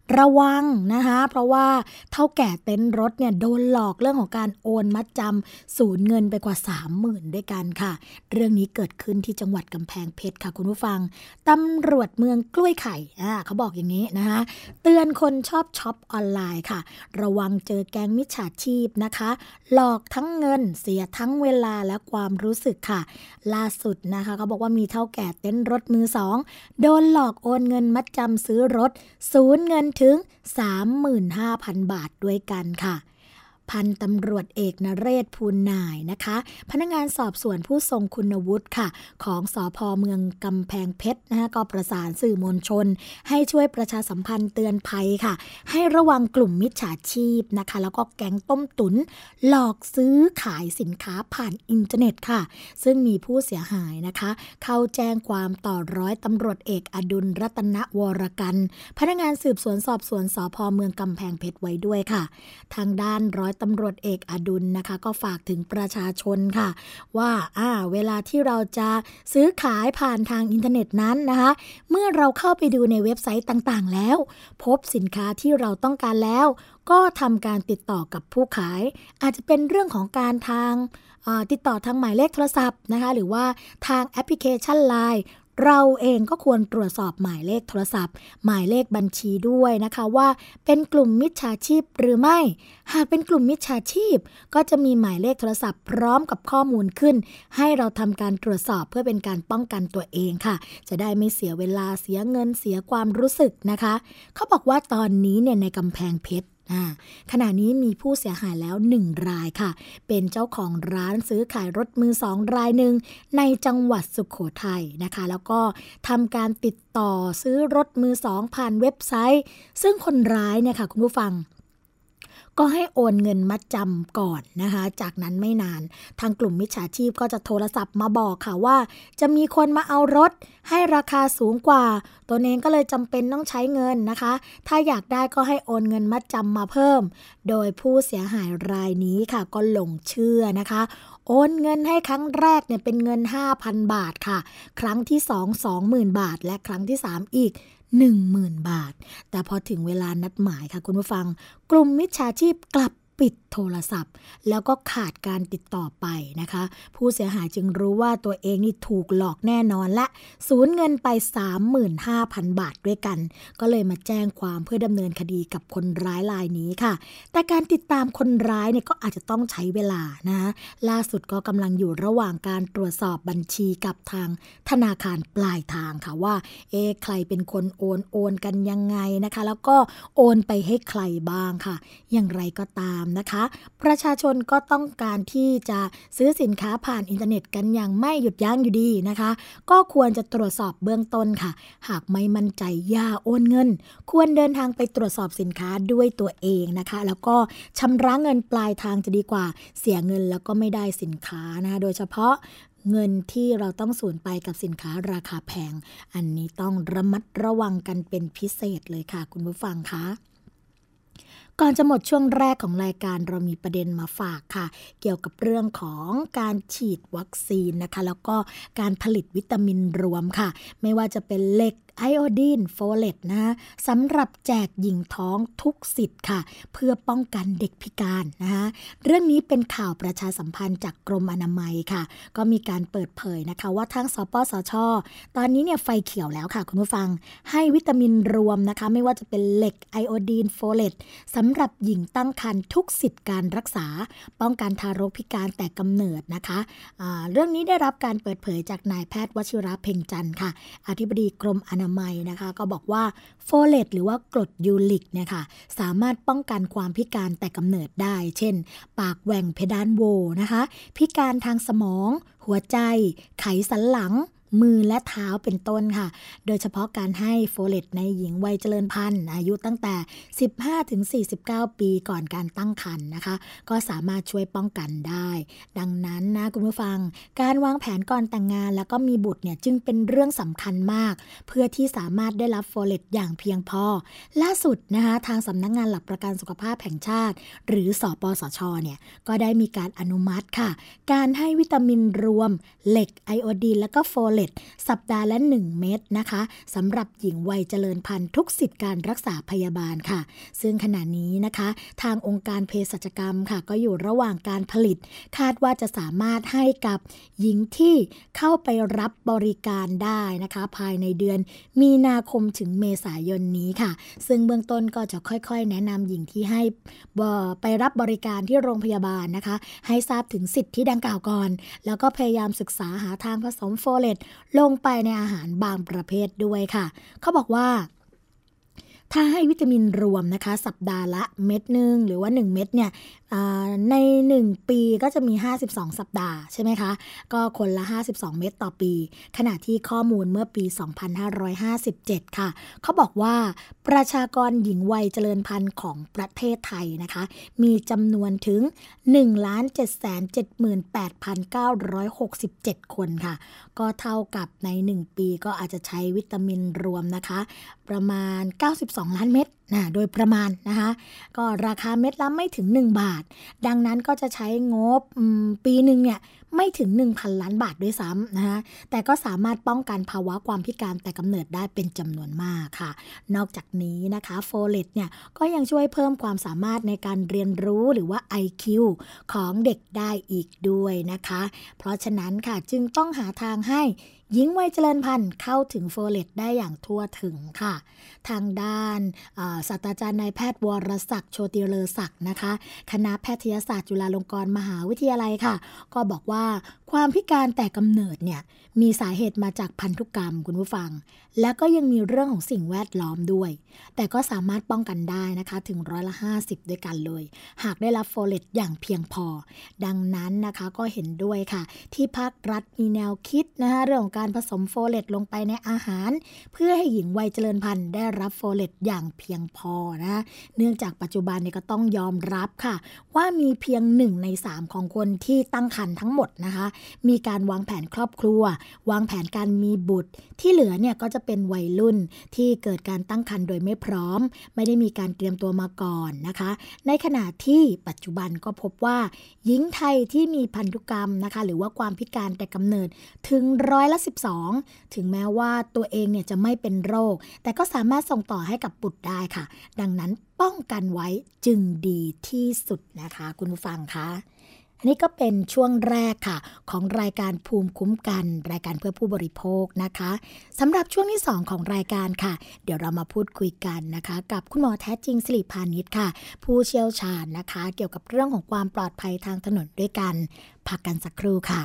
ระวังนะคะเพราะว่าเท่าแก่เต็นท์รถเนี่ยโดนหลอกเรื่องของการโอนมัดจำสูญเงินไปกว่า 30,000 ด้วยกันค่ะเรื่องนี้เกิดขึ้นที่จังหวัดกำแพงเพชรค่ะคุณผู้ฟังตำรวจเมืองกล้วยไข่เขาบอกอย่างนี้นะคะเตือนคนชอบช็อปออนไลน์ค่ะระวังเจอแก๊งมิจฉาชีพนะคะหลอกทั้งเงินเสียทั้งเวลาและความรู้สึกค่ะล่าสุดนะคะเขาบอกว่ามีเท่าแก่เต็นท์รถมือสองโดนหลอกโอนเงินมัดจำซื้อรถสูญเงินถึง 35,000 บาทด้วยกันค่ะพันตำรวจเอกนเรศภูลนายนะคะพนักงานสอบสวนผู้ทรงคุณวุฒิค่ะของสภ.เมืองกำแพงเพชรนะคะก็ประสานสื่อมวลชนให้ช่วยประชาสัมพันธ์เตือนภัยค่ะให้ระวังกลุ่มมิจฉาชีพนะคะแล้วก็แก๊งต้มตุ๋นหลอกซื้อขายสินค้าผ่านอินเทอร์เน็ตค่ะซึ่งมีผู้เสียหายนะคะเข้าแจ้งความต่อร้อยตำรวจเอกอดุลรัตนวรกันพนักงานสืบสวนสอบสวนสภ.เมืองกำแพงเพชรไว้ด้วยค่ะทางด้านร้อยตำรวจเอกอดุลนะคะก็ฝากถึงประชาชนค่ะว่าเวลาที่เราจะซื้อขายผ่านทางอินเทอร์เน็ตนั้นนะคะเมื่อเราเข้าไปดูในเว็บไซต์ต่างๆแล้วพบสินค้าที่เราต้องการแล้วก็ทำการติดต่อกับผู้ขายอาจจะเป็นเรื่องของการติดต่อทางหมายเลขโทรศัพท์นะคะหรือว่าทางแอปพลิเคชัน LINEเราเองก็ควรตรวจสอบหมายเลขโทรศัพท์หมายเลขบัญชีด้วยนะคะว่าเป็นกลุ่มมิจฉาชีพหรือไม่หากเป็นกลุ่มมิจฉาชีพก็จะมีหมายเลขโทรศัพท์พร้อมกับข้อมูลขึ้นให้เราทำการตรวจสอบเพื่อเป็นการป้องกันตัวเองค่ะจะได้ไม่เสียเวลาเสียเงินเสียความรู้สึกนะคะเขาบอกว่าตอนนี้เนี่ยในกำแพงเพชรขณะนี้มีผู้เสียหายแล้ว1รายค่ะเป็นเจ้าของร้านซื้อขายรถมือ2รายหนึ่งในจังหวัดสุโขทัยนะคะแล้วก็ทำการติดต่อซื้อรถมือ2ผ่านเว็บไซต์ซึ่งคนร้ายเนี่ยค่ะคุณผู้ฟังก็ให้โอนเงินมัดจำก่อนนะคะจากนั้นไม่นานทางกลุ่มมิจฉาชีพก็จะโทรศัพท์มาบอกค่ะว่าจะมีคนมาเอารถให้ราคาสูงกว่าตัวเองก็เลยจำเป็นต้องใช้เงินนะคะถ้าอยากได้ก็ให้โอนเงินมัดจำมาเพิ่มโดยผู้เสียหายรายนี้ค่ะก็หลงเชื่อนะคะโอนเงินให้ครั้งแรกเนี่ยเป็นเงิน 5,000 บาทค่ะครั้งที่2 20,000 บาทและครั้งที่3อีก10,000 บาทแต่พอถึงเวลานัดหมายค่ะคุณผู้ฟังกลุ่มมิจฉาชีพกลับปิดโทรศัพท์แล้วก็ขาดการติดต่อไปนะคะผู้เสียหายจึงรู้ว่าตัวเองนี่ถูกหลอกแน่นอนและสูญเงินไป 35,000 บาทด้วยกันก็เลยมาแจ้งความเพื่อดำเนินคดีกับคนร้ายรายนี้ค่ะแต่การติดตามคนร้ายเนี่ยก็อาจจะต้องใช้เวลานะล่าสุดก็กำลังอยู่ระหว่างการตรวจสอบบัญชีกับทางธนาคารปลายทางค่ะว่าใครเป็นคนโอนกันยังไงนะคะแล้วก็โอนไปให้ใครบ้างค่ะอย่างไรก็ตามนะคะประชาชนก็ต้องการที่จะซื้อสินค้าผ่านอินเทอร์เน็ตกันอย่างไม่หยุดยั้งอยู่ดีนะคะก็ควรจะตรวจสอบเบื้องต้นค่ะหากไม่มั่นใจอย่าโอนเงินควรเดินทางไปตรวจสอบสินค้าด้วยตัวเองนะคะแล้วก็ชำระเงินปลายทางจะดีกว่าเสียเงินแล้วก็ไม่ได้สินค้านะโดยเฉพาะเงินที่เราต้องสูญไปกับสินค้าราคาแพงอันนี้ต้องระมัดระวังกันเป็นพิเศษเลยค่ะคุณผู้ฟังคะก่อนจะหมดช่วงแรกของรายการเรามีประเด็นมาฝากค่ะเกี่ยวกับเรื่องของการฉีดวัคซีนนะคะแล้วก็การผลิตวิตามินรวมค่ะไม่ว่าจะเป็นเหล็กไอโอดีนโฟเลตนะสำหรับแจกหญิงท้องทุกสิทธิ์ค่ะเพื่อป้องกันเด็กพิการนะคะเรื่องนี้เป็นข่าวประชาสัมพันธ์จากกรมอนามัยค่ะก็มีการเปิดเผยนะคะว่าทางสปสช.ตอนนี้เนี่ยไฟเขียวแล้วค่ะคุณผู้ฟังให้วิตามินรวมนะคะไม่ว่าจะเป็นเหล็กไอโอดีนโฟเลตสำหรับหญิงตั้งครรภ์ทุกสิทธิ์การรักษาป้องกันทารกพิการแต่กำเนิดนะคะเรื่องนี้ได้รับการเปิดเผยจากนายแพทย์วชิระเพ็งจันทร์ค่ะอธิบดีกรมอนามัยนะคะก็บอกว่าโฟเลตหรือว่ากรดยูริกเนี่ยค่ะสามารถป้องกันความพิการแต่กำเนิดได้เช่นปากแหว่งเพดานโหวนะคะพิการทางสมองหัวใจไขสันหลังมือและเท้าเป็นต้นค่ะโดยเฉพาะการให้โฟเลตในหญิงวัยเจริญพันธุ์อายุตั้งแต่ 15-49 ปีก่อนการตั้งครรภ์นะคะก็สามารถช่วยป้องกันได้ดังนั้นนะคุณผู้ฟังการวางแผนก่อนแต่งงานแล้วก็มีบุตรเนี่ยจึงเป็นเรื่องสำคัญมากเพื่อที่สามารถได้รับโฟเลตอย่างเพียงพอล่าสุดนะคะทางสำนักงานหลักประกันสุขภาพแห่งชาติหรือสปสช.เนี่ยก็ได้มีการอนุมัติค่ะการให้วิตามินรวมเหล็กไอโอดีนและก็โฟเลเลตสัปดาห์ละ1เม็ดนะคะสำหรับหญิงวัยเจริญพันธุ์ทุกสิทธิการรักษาพยาบาลค่ะซึ่งขณะนี้นะคะทางองค์การเภสัชกรรมค่ะก็อยู่ระหว่างการผลิตคาดว่าจะสามารถให้กับหญิงที่เข้าไปรับบริการได้นะคะภายในเดือนมีนาคมถึงเมษายนนี้ค่ะซึ่งเบื้องต้นก็จะค่อยๆแนะนำหญิงที่ให้ไปรับบริการที่โรงพยาบาลนะคะให้ทราบถึงสิทธิดังกล่าวก่อนแล้วก็พยายามศึกษาหาทางผสมโฟเลตลงไปในอาหารบางประเภทด้วยค่ะเขาบอกว่าถ้าให้วิตามินรวมนะคะสัปดาห์ละเม็ดนึงหรือว่า1เม็ดเนี่ยใน1ปีก็จะมี52สัปดาห์ใช่ไหมคะก็คนละ52เม็ดต่อปีขณะที่ข้อมูลเมื่อปี2557ค่ะเขาบอกว่าประชากรหญิงวัยเจริญพันธุ์ของประเทศไทยนะคะมีจำนวนถึง 1,778,967 คนค่ะก็เท่ากับใน1ปีก็อาจจะใช้วิตามินรวมนะคะประมาณ92ล้านเม็ดโดยประมาณนะคะก็ราคาเม็ดละไม่ถึง1บาทดังนั้นก็จะใช้งบปีนึงเนี่ยไม่ถึง 1,000 ล้านบาทด้วยซ้ำนะคะแต่ก็สามารถป้องกันภาวะความพิการแต่กำเนิดได้เป็นจำนวนมากค่ะนอกจากนี้นะคะโฟเลตเนี่ยก็ยังช่วยเพิ่มความสามารถในการเรียนรู้หรือว่า IQ ของเด็กได้อีกด้วยนะคะเพราะฉะนั้นค่ะจึงต้องหาทางให้หญิงวัยเจริญพันธุ์เข้าถึงโฟเลตได้อย่างทั่วถึงค่ะทางด้านศาสตราจารย์นายแพทย์วรศักดิ์โชติเลอศักดิ์นะคะคณะแพทยศาสตร์จุฬาลงกรณ์มหาวิทยาลัยค่ะก็บอกว่าความพิการแต่กำเนิดเนี่ยมีสาเหตุมาจากพันธุกรรมคุณผู้ฟังและก็ยังมีเรื่องของสิ่งแวดล้อมด้วยแต่ก็สามารถป้องกันได้นะคะถึง50%ด้วยกันเลยหากได้รับโฟเลตอย่างเพียงพอดังนั้นนะคะก็เห็นด้วยค่ะที่ภาครัฐมีแนวคิดนะคะเรื่องของการผสมโฟเลตลงไปในอาหารเพื่อให้หญิงวัยเจริญพันธุ์ได้รับโฟเลตอย่างเพียงพอนะเนื่องจากปัจจุบันเนี่ยก็ต้องยอมรับค่ะว่ามีเพียง1ใน3ของคนที่ตั้งครรภ์ทั้งหมดนะคะมีการวางแผนครอบครัววางแผนการมีบุตรที่เหลือเนี่ยก็จะเป็นวัยรุ่นที่เกิดการตั้งครรภ์โดยไม่พร้อมไม่ได้มีการเตรียมตัวมาก่อนนะคะในขณะที่ปัจจุบันก็พบว่าหญิงไทยที่มีพันธุกรรมนะคะหรือว่าความพิการแต่กำเนิดถึง12%ถึงแม้ว่าตัวเองเนี่ยจะไม่เป็นโรคแต่ก็สามารถส่งต่อให้กับบุตรได้ค่ะดังนั้นป้องกันไว้จึงดีที่สุดนะคะคุณผู้ฟังคะอันนี้ก็เป็นช่วงแรกค่ะของรายการภูมิคุ้มกันรายการเพื่อผู้บริโภคนะคะสำหรับช่วงที่2ของรายการค่ะเดี๋ยวเรามาพูดคุยกันนะคะกับคุณหมอแท้จริงสิริพานิชค่ะผู้เชี่ยวชาญนะคะเกี่ยวกับเรื่องของความปลอดภัยทางถนนด้วยกันพักกันสักครู่ค่ะ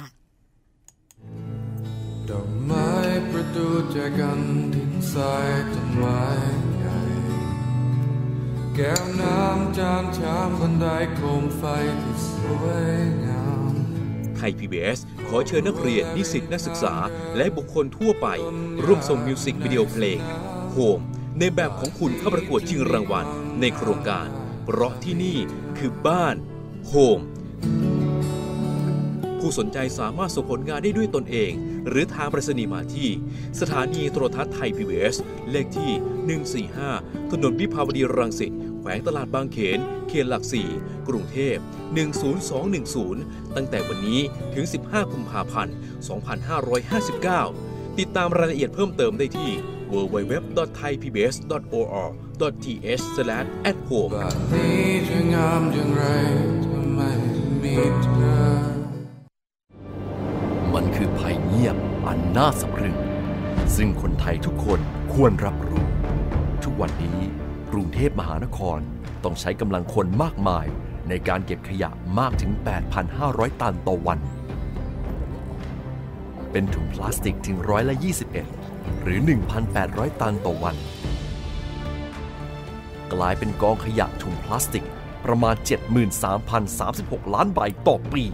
ดอกไม้ประตูแจกันทิศซ้ายต้นไม้ใหญ่แก้วน้ำจานชามบันไดโคมไฟที่สวยงามไทย PBS ขอเชิญนักเรียนนิสิตนักศึกษาและบุคคลทั่วไปร่วมส่งมิวสิกวิดีโอเพลงโฮมในแบบของคุณเข้าประกวดชิงรางวัลในโครงการเพราะที่นี่คือบ้านโฮมผู้สนใจสามารถส่งผลงานได้ด้วยตนเองหรือทางไปรษณีย์มาที่สถานีโทรทัศน์ไทย PBS เลขที่ 145 ถนนวิภาวดีรังสิตแขวงตลาดบางเขนเขตหลัก 4 กรุงเทพ 10210 ตั้งแต่วันนี้ถึง 15 กุมภาพันธ์ 2559 ติดตามรายละเอียดเพิ่มเติมได้ที่ www.thaipbs.or.th/@home บ้านนี้จะงามอย่างไรถ้าไม่มีเธอมันคือภัยเงียบอันน่าสะพรึงซึ่งคนไทยทุกคนควรรับรู้ทุกวันนี้กรุงเทพมหานครต้องใช้กำลังคนมากมายในการเก็บขยะมากถึง 8,500 ตันต่อวันเป็นถุงพลาสติกถึง21%หรือ 1,800 ตันต่อวันกลายเป็นกองขยะถุงพลาสติกประมาณ 73,036 ล้านใบต่อปี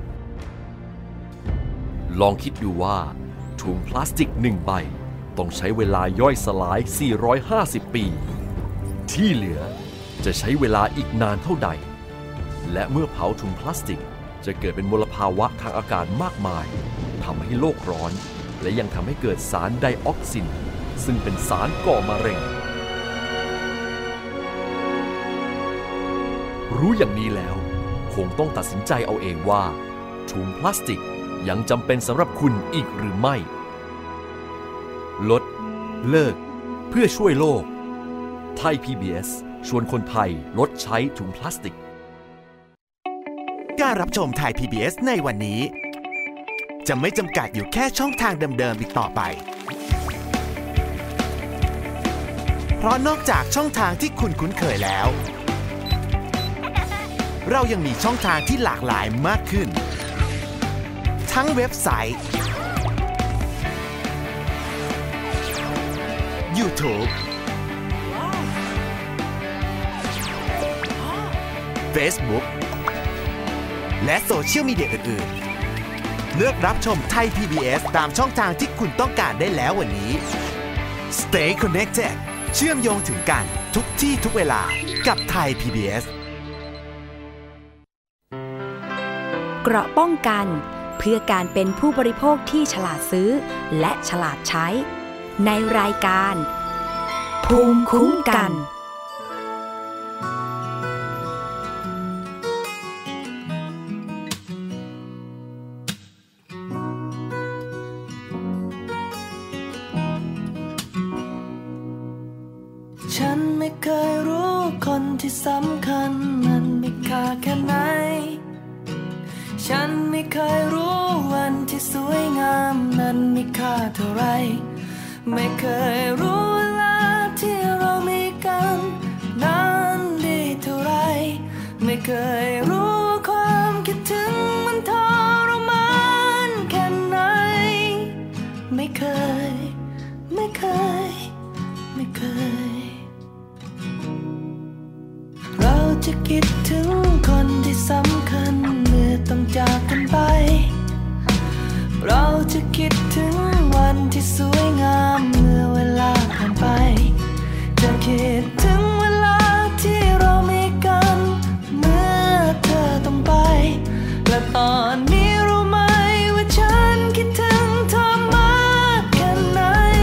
ลองคิดดูว่าถุงพลาสติก1ใบต้องใช้เวลาย่อยสลาย450ปีที่เหลือจะใช้เวลาอีกนานเท่าใดและเมื่อเผาถุงพลาสติกจะเกิดเป็นมลภาวะทางอากาศมากมายทำให้โลกร้อนและยังทำให้เกิดสารไดออกซินซึ่งเป็นสารก่อมะเร็งรู้อย่างนี้แล้วคงต้องตัดสินใจเอาเองว่าถุงพลาสติกยังจำเป็นสำหรับคุณอีกหรือไม่เลิกเพื่อช่วยโลกไทย PBS ชวนคนไทยลดใช้ถุงพลาสติกการรับชมไทย PBS ในวันนี้จะไม่จำกัดอยู่แค่ช่องทางเดิมๆอีกต่อไปเพราะนอกจากช่องทางที่คุณคุ้นเคยแล้วเรายังมีช่องทางที่หลากหลายมากขึ้นทั้งเว็บไซต์ YouTube Facebook และโซเชียลมีเดียอื่นๆเลือกรับชมไทย PBS ตามช่องทางที่คุณต้องการได้แล้ววันนี้ Stay connected เชื่อมโยงถึงกันทุกที่ทุกเวลากับไทย PBS เกราะป้องกันเพื่อการเป็นผู้บริโภคที่ฉลาดซื้อและฉลาดใช้ในรายการภูมิคุ้มกันฉันไม่เคยรู้คนที่สำคัญมันมีค่าแค่ไหนฉันไม่เคยรู้วันที่สวยงามนั้นมีค่าเท่าไรไม่เคยรู้เวลาที่เรามีกันนั้นดีเท่าไรไม่เคยรู้ความคิดถึงมันทรมานแค่ไหนไม่เคยเราจะคิดถึงคนที่สำคัญเมื่อต้องจากกันไปเราจะคิดถึงวันที่สวยงามเมื่อเวลาผ่านไปจะคิดถึงเวลาที่เรามีกันเมื่อเธอต้องไปและตอนนี้รู้ไหมว่าฉันคิดถึงเธอมากแค่ไหน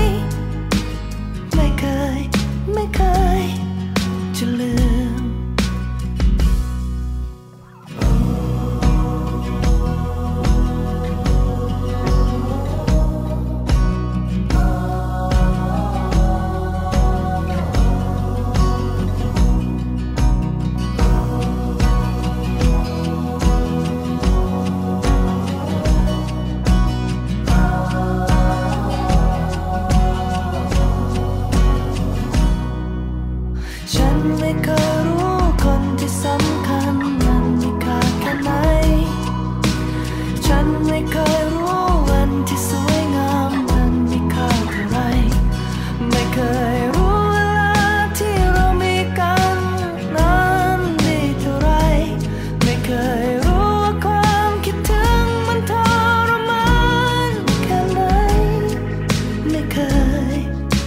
ไม่เคยจะลืมไม่เคยรู้คนที่สำคัญมันมีค่าแค่ไหนฉันไม่เคยรู้วันที่สวยงามมันมีค่าเท่าไรไม่เคยรู้เวลาที่เรามีกันนั้นดีเท่าไรไม่เคยรู้ว่าความคิดถึงมันทรมานแค่ไหนไม่เคย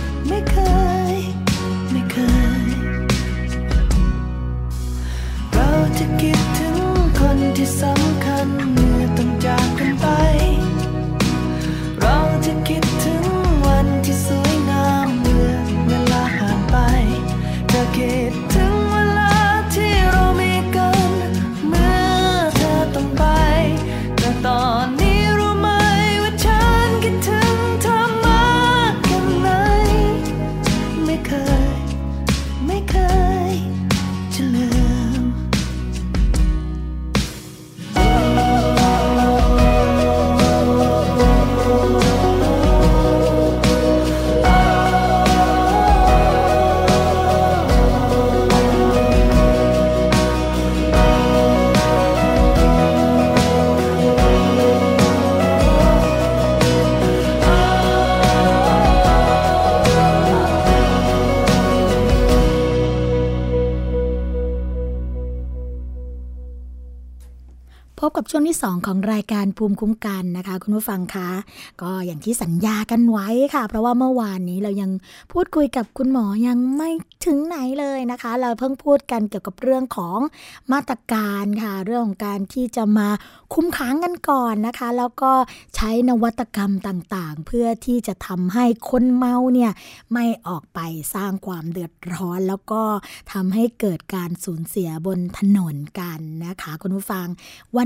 จะคิดถึงคนที่สำคัญเมื่อต้องจากกันไปเราจะคิดถึงวันที่สวยงามเมื่อเวลาผ่านไปจะคิดถึงเวลาที่เรามีกันเมื่อเธอต้องไปแต่ตอนนี้รู้ไหมว่าฉันคิดถึงเธอมากแค่ไหนไม่เคยจะลืมพบกับช่วงที่2ของรายการภูมิคุ้มกันนะคะคุณผู้ฟังคะก็อย่างที่สัญญากันไว้ค่ะเพราะว่าเมื่อวานนี้เรายังพูดคุยกับคุณหมอยังไม่ถึงไหนเลยนะคะเราเพิ่งพูดกันเกี่ยวกับเรื่องของมาตรการค่ะเรื่องของการที่จะมาคุมขังกันก่อนนะคะแล้วก็ใช้นวัตกรรมต่างๆเพื่อที่จะทำให้คนเมาเนี่ยไม่ออกไปสร้างความเดือดร้อนแล้วก็ทำให้เกิดการสูญเสียบนถนนกันนะคะคุณผู้ฟังวัน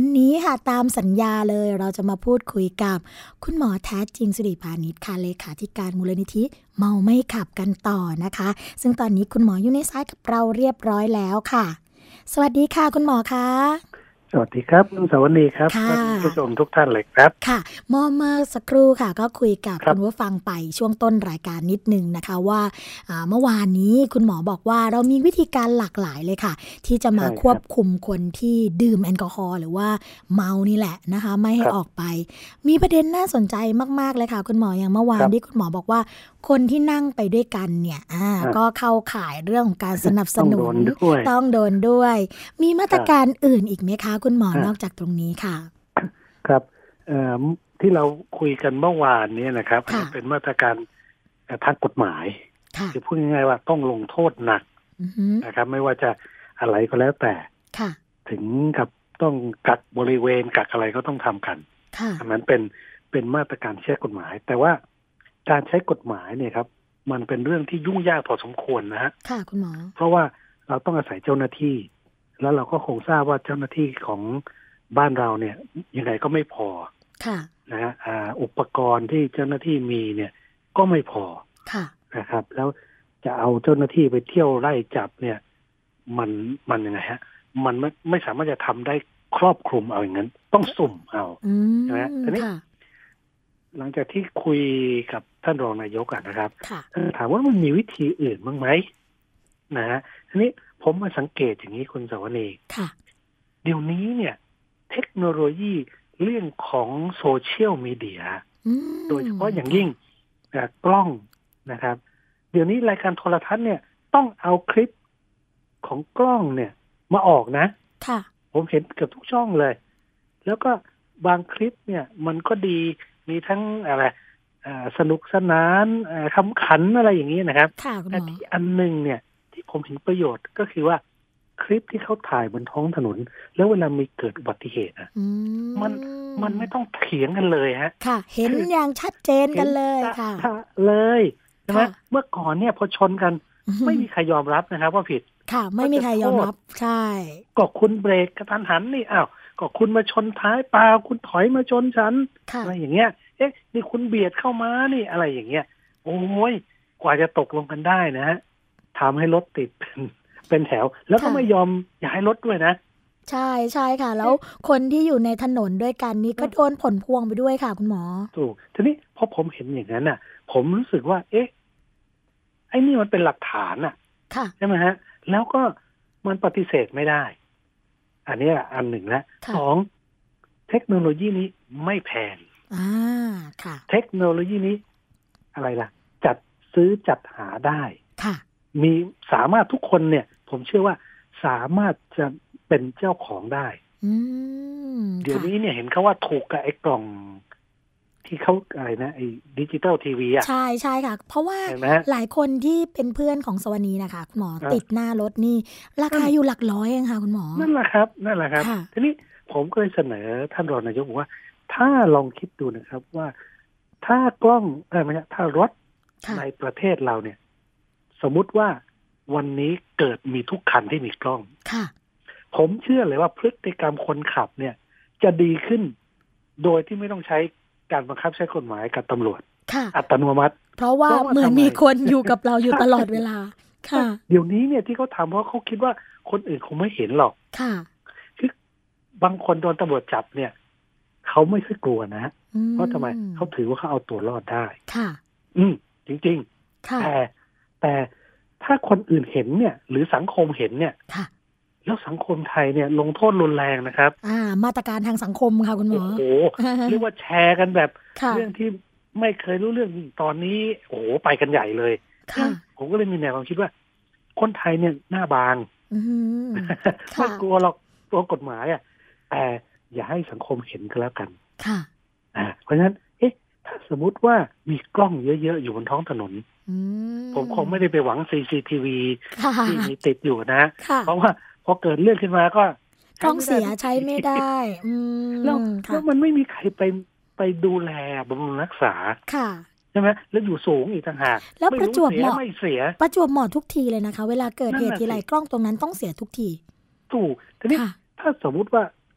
วันนี้ค่ะตามสัญญาเลยเราจะมาพูดคุยกับคุณหมอแท้จริงสิริพานิชค่ะเลขาธิการมูลนิธิเมาไม่ขับกันต่อนะคะซึ่งตอนนี้คุณหมออยู่ในสายกับเราเรียบร้อยแล้วค่ะสวัสดีค่ะคุณหมอคะสวัสดีครับคุณสวนีครับท่านผู้ชมทุกท่านเลยครับค่ะเมื่อสักครู่ค่ะก็คุยกับคุณผู้ฟังไปช่วงต้นรายการนิดนึงนะคะว่าเมื่อวานนี้คุณหมอบอกว่าเรามีวิธีการหลากหลายเลยค่ะที่จะมาควบคุมคนที่ดื่มแอลกอฮอล์หรือว่าเมานี่แหละนะคะไม่ให้ออกไปมีประเด็นน่าสนใจมากๆเลยค่ะคุณหมออย่างเมื่อวานที่คุณหมอบอกว่าคนที่นั่งไปด้วยกันเนี่ยก็เข้าข่ายเรื่องของการสนับสนุนต้องโดนด้วยมีมาตรการอื่นอีกไหมคะคุณหมอนอกจากตรงนี้ค่ะครับที่เราคุยกันเมื่อวานนี้นะครับเป็นมาตรการทางกฎหมายคือพูดง่ายๆว่าต้องลงโทษหนักนะครับไม่ว่าจะอะไรก็แล้วแต่ถึงกับต้องกักบริเวณกักอะไรก็ต้องทำกันอันนั้นเป็นมาตรการใช้กฎหมายแต่ว่าการใช้กฎหมายเนี่ยครับมันเป็นเรื่องที่ยุ่งยากพอสมควรนะฮะค่ะคุณหมอเพราะว่าเราต้องอาศัยเจ้าหน้าที่แล้วเราก็คงทราบว่าเจ้าหน้าที่ของบ้านเราเนี่ยยังไงก็ไม่พอนะฮะอุปกรณ์ที่เจ้าหน้าที่มีเนี่ยก็ไม่พอนะครับแล้วจะเอาเจ้าหน้าที่ไปเที่ยวไล่จับเนี่ยมันยังไงฮะมันไม่สามารถจะทำได้ครอบคลุมเอาอย่างนั้นต้องสุ่มเอาใช่ไหมทีนี้หลังจากที่คุยกับท่านรองนายกนะครับถามว่ามันมีวิธีอื่นบ้างไหมนะฮะทีนี้ผมมาสังเกตอย่างนี้คุณสวนีเดี๋ยวนี้เนี่ยเทคโนโลยีเรื่องของโซเชียลมีเดียโดยเฉพาะอย่างยิ่งกล้องนะครับเดี๋ยวนี้รายการโทรทัศน์เนี่ยต้องเอาคลิปของกล้องเนี่ยมาออกนะผมเห็นเกือบทุกช่องเลยแล้วก็บางคลิปเนี่ยมันก็ดีมีทั้งอะไรสนุกสนานขำขันอะไรอย่างนี้นะครับแต่ที่อันนึงเนี่ยที่ผมเห็นประโยชน์ก็คือว่าคลิปที่เขาถ่ายบนท้องถนนแล้วเวลามีเกิดอุบัติเหตุมันไม่ต้องเถียงกันเลยฮะค่ะเห็นอย่างชัดเจนกันเลยค่ะเลยใช่ไหมเมื่อก่อนเนี่ยพอชนกันไม่มีใครยอมรับนะครับว่าผิดค่ะไม่มีใครยอมรับใช่ก็คุณเบรกกระทันหันนี่อ้าวก็คุณมาชนท้ายเปล่าคุณถอยมาชนฉันอะไรอย่างเงี้ยนี่คุณเบียดเข้ามานี่อะไรอย่างเงี้ยโอ้ยกว่าจะตกลงกันได้นะฮะทำให้รถติดเป็นแถวแล้วก็ไม่ยอมอย่าให้รถด้วยนะใช่ใช่ค่ะแล้วคนที่อยู่ในถนนด้วยกันนี่ก็โดนผลพวงไปด้วยค่ะคุณหมอถูกทีนี้พอผมเห็นอย่างนั้นน่ะผมรู้สึกว่าไอ้นี่มันเป็นหลักฐานน่ะใช่ไหมฮะแล้วก็มันปฏิเสธไม่ได้อันนี้อันหนึ่งแล้วสองเทคโนโลยีนี้ไม่แพงค่ะเทคโนโลยีนี้อะไรล่ะจัดซื้อจัดหาได้ค่ะมีสามารถทุกคนเนี่ยผมเชื่อว่าสามารถจะเป็นเจ้าของได้เดี๋ยวนี้เนี่ยเห็นเขาว่าถูกกับไอ้กล่องที่เขาอะไรนะไอ้ดิจิตอลทีวีอ่ะใช่ใช่ค่ะเพราะว่าหลายคนที่เป็นเพื่อนของสวนีนะคะคุณหมอติดหน้ารถนี่ราคาอยู่หลักร้อยเองค่ะคุณหมอนั่นแหละครับทีนี้ผมก็เลยเสนอท่านรองนายกบอกว่าถ้าลองคิดดูนะครับว่าถ้ากล้องถ้ารถในประเทศเราเนี่ยสมมุติว่าวันนี้เกิดมีทุกคันที่มีกล้องผมเชื่อเลยว่าพฤติกรรมคนขับเนี่ยจะดีขึ้นโดยที่ไม่ต้องใช้การบังคับใช้กฎหมายกับตำรวจอัตโนมัติเพราะว่าเหมือนมีคนอยู่กับเราอยู่ตลอดเวลาค่ะเดี๋ยวนี้เนี่ยที่เขาทำเพราะเขาคิดว่าคนอื่นคงไม่เห็นหรอกค่ะคือบางคนโดนตำรวจจับเนี่ยเขาไม่ค่อยกลัวนะเพราะทำไมเขาถือว่าเขาเอาตัวรอดได้ค่ะจริงๆแต่ถ้าคนอื่นเห็นเนี่ยหรือสังคมเห็นเนี่ยแล้วสังคมไทยเนี่ยลงโทษรุนแรงนะครับมาตรการทางสังคมค่ะคุณหมอโอ้โหเรียกว่าแชร์กันแบบเรื่องที่ไม่เคยรู้เรื่องตอนนี้โอ้โหไปกันใหญ่เลยผมก็เลยมีแนวความคิดว่าคนไทยเนี่ยหน้าบางไม่กลัวหรอกตัวกฎหมายแต่อย่าให้สังคมเห็นก็แล้วกันเพราะฉะนั้นถ้าสมมุติว่ามีกล้องเยอะๆอยู่บนท้องถนนผมคงไม่ได้ไปหวัง CCTV ที่มีติดอยู่นะเพราะว่าพอเกิดเรื่องขึ้นมาก็กล้องเสียใช้ไม่ได้แล้วมันไม่มีใครไปดูแลบำรุงรักษาใช่ไหมแล้วอยู่สูงอีกต่างหากแล้วประจวบเหมาะไม่เสียประจวบเหมาะทุกทีเลยนะคะเวลาเกิดเหตุทีไรกล้องตรงนั้นต้องเสียทุกทีถูกทีนี้ถ้าสมมุติว่า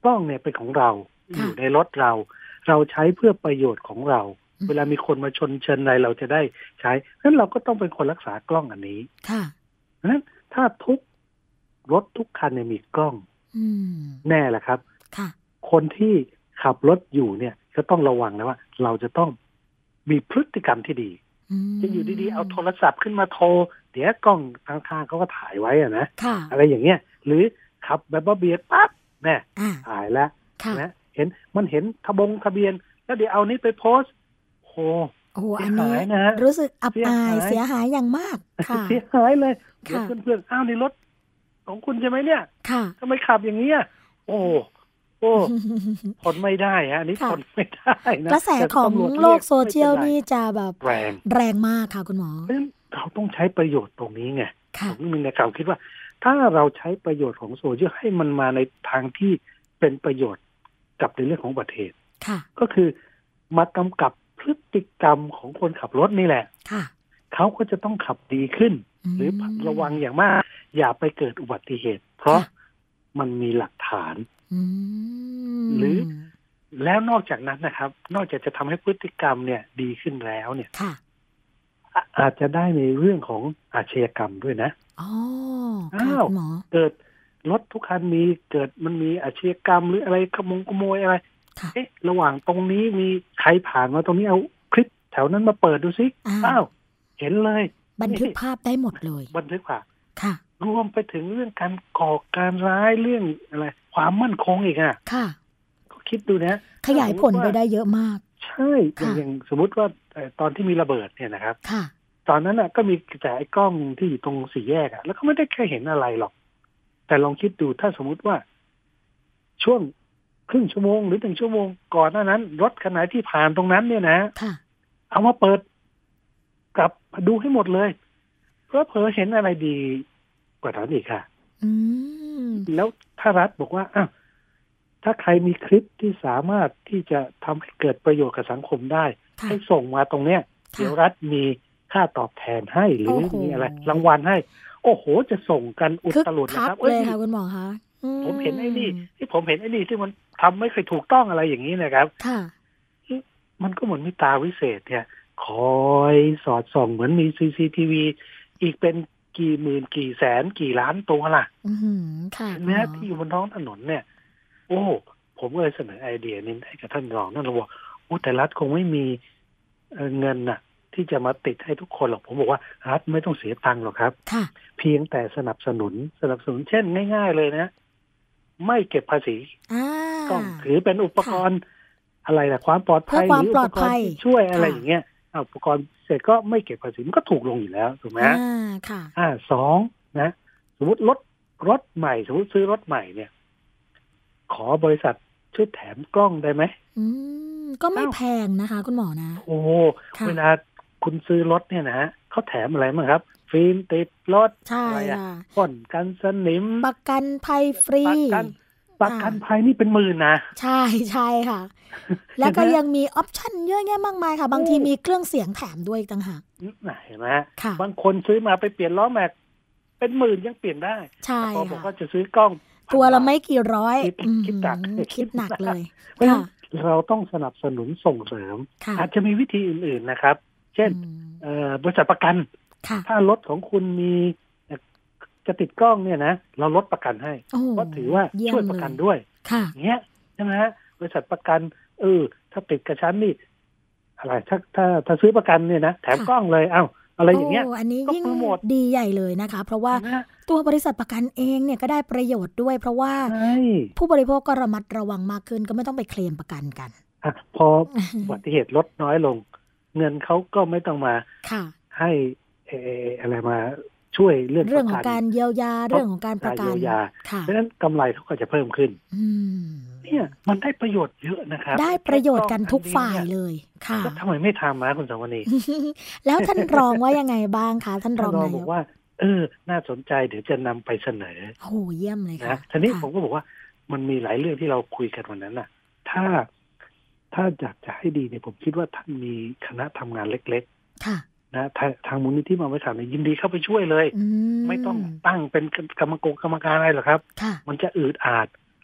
กล้องเนี่ยเป็นของเราอยู่ในรถเราใช้เพื่อประโยชน์ของเราเวลามีคนมาชนเชิญอะไรเราจะได้ใช้นั้นเราก็ต้องเป็นคนรักษากล้องอันนี้ค่ะนั้นถ้าทุกรถทุกคันเนี่ยมีกล้องแน่แหละครับค่ะคนที่ขับรถอยู่เนี่ยก็ต้องระวังนะว่าเราจะต้องมีพฤติกรรมที่ดีจะอยู่ดีๆเอาโทรศัพท์ขึ้นมาโทรเดี๋ยวกล้องข้างๆเขาก็ถ่ายไว้นะอะไรอย่างเงี้ยหรือขับแบบว่าเบียดปั๊บแน่ถ่ายแล้วนะเห็นทะเบียนแล้วเดี๋ยวเอานี้ไปโพสต์โอ้อันนี้รู้สึกอับอายเสียหายอย่างมากค่ะเสียหายเลยเดี๋ยวเพื่อนๆอ้าวในรถของคุณใช่ไหมเนี่ยทำไมขับอย่างนี้โอ้ทนไม่ได้ฮะนี่ทนไม่ได้นะกระแสของโลกโซเชียลนี่จะแบบแรงมากค่ะคุณหมอเราต้องใช้ประโยชน์ตรงนี้ไงผมมีในความคิดว่าถ้าเราใช้ประโยชน์ของโซเชียลให้มันมาในทางที่เป็นประโยชน์กับในเรื่องของอุบัติเหตุก็คือมากำกับพฤติกรรมของคนขับรถนี่แหละเขาก็จะต้องขับดีขึ้นหรือระวังอย่างมากอย่าไปเกิดอุบัติเหตุเพราะมันมีหลักฐานหรือแล้วนอกจากนั้นนะครับนอกจากจะทำให้พฤติกรรมเนี่ยดีขึ้นแล้วเนี่ยอาจจะได้ในเรื่องของอาชญากรรมด้วยนะเกิดรถทุกคันมันมีอาชญากรรมหรืออะไรขโมยอะไรระหว่างตรงนี้มีใครผ่านมาตรงนี้เอาคลิปแถวนั้นมาเปิดดูสิเห็นเลยบันทึกภาพได้หมดเลยบันทึกภาพรวมไปถึงเรื่องการก่อการร้ายเรื่องอะไรความมั่นคงอีกก็คิดดูนะขยายผลไปได้เยอะมากใช่อย่างสมมติว่าตอนที่มีระเบิดเนี่ยนะครับตอนนั้นก็มีแต่ไอ้กล้องที่อยู่ตรงสี่แยกแล้วก็ไม่ได้แค่เห็นอะไรหรอกแต่ลองคิดดูถ้าสมมติว่าช่วงครึ่งชั่วโมงหรือ1 ชั่วโมงก่อนหน้านั้นรถคันไหนที่ผ่านตรงนั้นเนี่ยนะเอามาเปิดกลับดูให้หมดเลยเพราะเผลอเห็นอะไรดีกว่านั้นอีกค่ะแล้วถ้ารัฐบอกว่าถ้าใครมีคลิปที่สามารถที่จะทำให้เกิดประโยชน์กับสังคมได้ให้ส่งมาตรงเนี้ยเดี๋ยวรัฐมีค่าตอบแทนให้หรือมีอะไรรางวัลให้โอ้โหจะส่งกันอุตลุดนะครับเลยค่ะคุณหมอคะผมเห็นไอ้นี่ที่มันทำไม่เคยถูกต้องอะไรอย่างนี้นะครับมันก็เหมือนมีตาวิเศษเนี่ยคอยสอดส่องเหมือนมี CCTV อีกเป็นกี่หมื่นกี่แสนกี่ล้านตัวล่ะนะที่อยู่บนท้องถนนเนี่ยโอ้ผมก็เลยเสนอไอเดียนี้ให้กับท่านรองนั่นเราบอกแต่รัฐคงไม่มีเงินน่ะที่จะมาติดให้ทุกคนหรอกผมบอกว่ารัฐไม่ต้องเสียตังค์หรอกครับเพียงแต่สนับสนุนเช่นง่ายๆเลยนะไม่เก็บภาษีก็ถือเป็นอุปกรณ์อะไรล่ะความปลอดภัยหรืออุปกรณ์ที่ช่วยอะไรอย่างเงี้ยอุปกรณ์เสร็จก็ไม่เก็บภาษีมันก็ถูกลงอยู่แล้วถูกไหมสองนะสมมติรถใหม่สมมติซื้อรถใหม่เนี่ยขอบริษัทช่วยแถมกล้องได้ไหมก็ไม่แพงนะคะคุณหมอนะโอ้เวลาคุณซื้อรถเนี่ยนะเขาแถมอะไรบ้างครับฟิล์มติดรถอะไรป้องกันสนิมประกันภัยฟรีประกันภัยนี่เป็นหมื่นนะใช่ค่ะแล้วก็ยังมีออปชั่นเยอะแยะมากมายค่ะบางทีมีเครื่องเสียงแถมด้วยต่างหากเห็นไหมบางคนซื้อมาไปเปลี่ยนล้อแม็กเป็นหมื่นยังเปลี่ยนได้ใช่พอบอกว่าจะซื้อกล้องตัวละไม่กี่ร้อยคิดหนักเลยเราต้องสนับสนุนส่งเสริมอาจจะมีวิธีอื่นๆนะครับเช่นบริษัทประกันถ้ารถของคุณมีจะติดกล้องเนี่ยนะเราลดประกันให้เพราะถือว่าช่วยประกันด้วยเงี้ยใช่ไหมฮะบริษัทประกันถ้าติดกระชั้นนี่อะไรถ้าซื้อประกันเนี่ยนะแถมกล้องเลยอะไรอย่างเงี้ยอันนี้ยิ่งดีใหญ่เลยนะคะเพราะว่าตัวบริษัทประกันเองเนี่ยก็ได้ประโยชน์ด้วยเพราะว่าผู้บริโภคก็ระมัดระวังมากขึ้นก็ไม่ต้องไปเคลมประกันกันพออุบัติเหตุลดน้อยลงเงินเขาก็ไม่ต้องมาให้อะไรมาช่วยเรื่องของการเยียวยาเรื่องของการประกันเพราะฉะนั้นกำไรเขาก็จะเพิ่มขึ้นเนี่ยมันได้ประโยชน์เยอะนะครับได้ประโยชน์กันทุกฝ่ายเลยค่ะแล้วทำไมไม่ทำมาคุณสวนีแล้วท่านรองว่ายังไงบ้างคะท่านรองนายกบอกว่าน่าสนใจเดี๋ยวจะนำไปเสนอโอ้เยี่ยมเลยค่ะทีนี้ผมก็บอกว่ามันมีหลายเรื่องที่เราคุยกันวันนั้นน่ะถ้าอยากจะให้ดีเนี่ยผมคิดว่าท่านมีคณะทำงานเล็กๆค่ะนะทางมูลนิธิมาไว้ถามยินดีเข้าไปช่วยเลยไม่ต้องตั้งเป็นกรรมการอะไรหรอกครับมันจะอืดอาด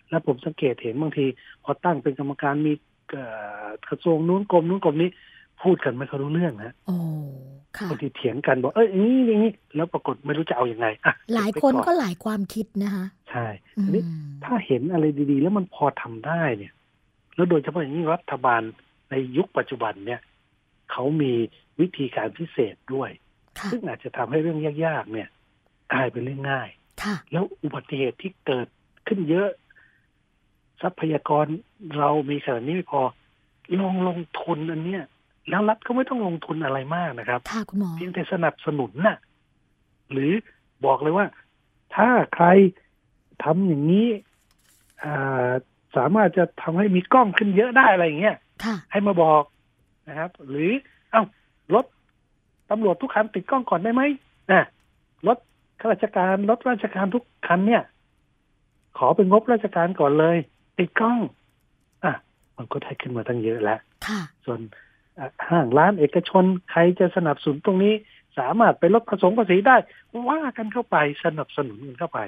แล้วผมสังเกตเห็นบางทีพอตั้งเป็นกรรมการมีกระทรวงนู้นกรมนี้พูดกันไม่ค่อยรู้เรื่องนะบางทีเถียงกันบอกอย่างนี้แล้วปรากฏไม่รู้จะเอาอย่างไงหลายคนก็หลายความคิดนะคะใช่ทีนี้ถ้าเห็นอะไรดีๆแล้วมันพอทำได้เนี่ยแล้วโดยเฉพาะอย่างนี้รัฐบาลในยุคปัจจุบันเนี่ยเขามีวิธีการพิเศษด้วยซึ่งอาจจะทำให้เรื่องยากๆเนี่ยกลายเป็นเรื่องง่ายแล้วอุบัติเหตุที่เกิดขึ้นเยอะทรัพยากรเรามีขนาดนี้ไม่พอลงทุนอันเนี้ยแล้วรัฐก็ไม่ต้องลงทุนอะไรมากนะครับเพียงแต่สนับสนุนน่ะหรือบอกเลยว่าถ้าใครทำอย่างนี้สามารถจะทำให้มีกล้องขึ้นเยอะได้อะไรอย่างเงี้ยให้มาบอกนะครับหรือรถตำรวจทุกคันติดกล้องก่อนได้ไหมรถข้าราชการรถราชการทุกคันเนี่ยขอเป็นงบราชการก่อนเลยติดกล้องมันก็ได้ขึ้นมาตั้งเยอะแล้วส่วนห้างร้านเอกชนใครจะสนับสนุนตรงนี้สามารถไปลดภาษีได้ว่ากันเข้าไปสนับสนุนกันเข้าไป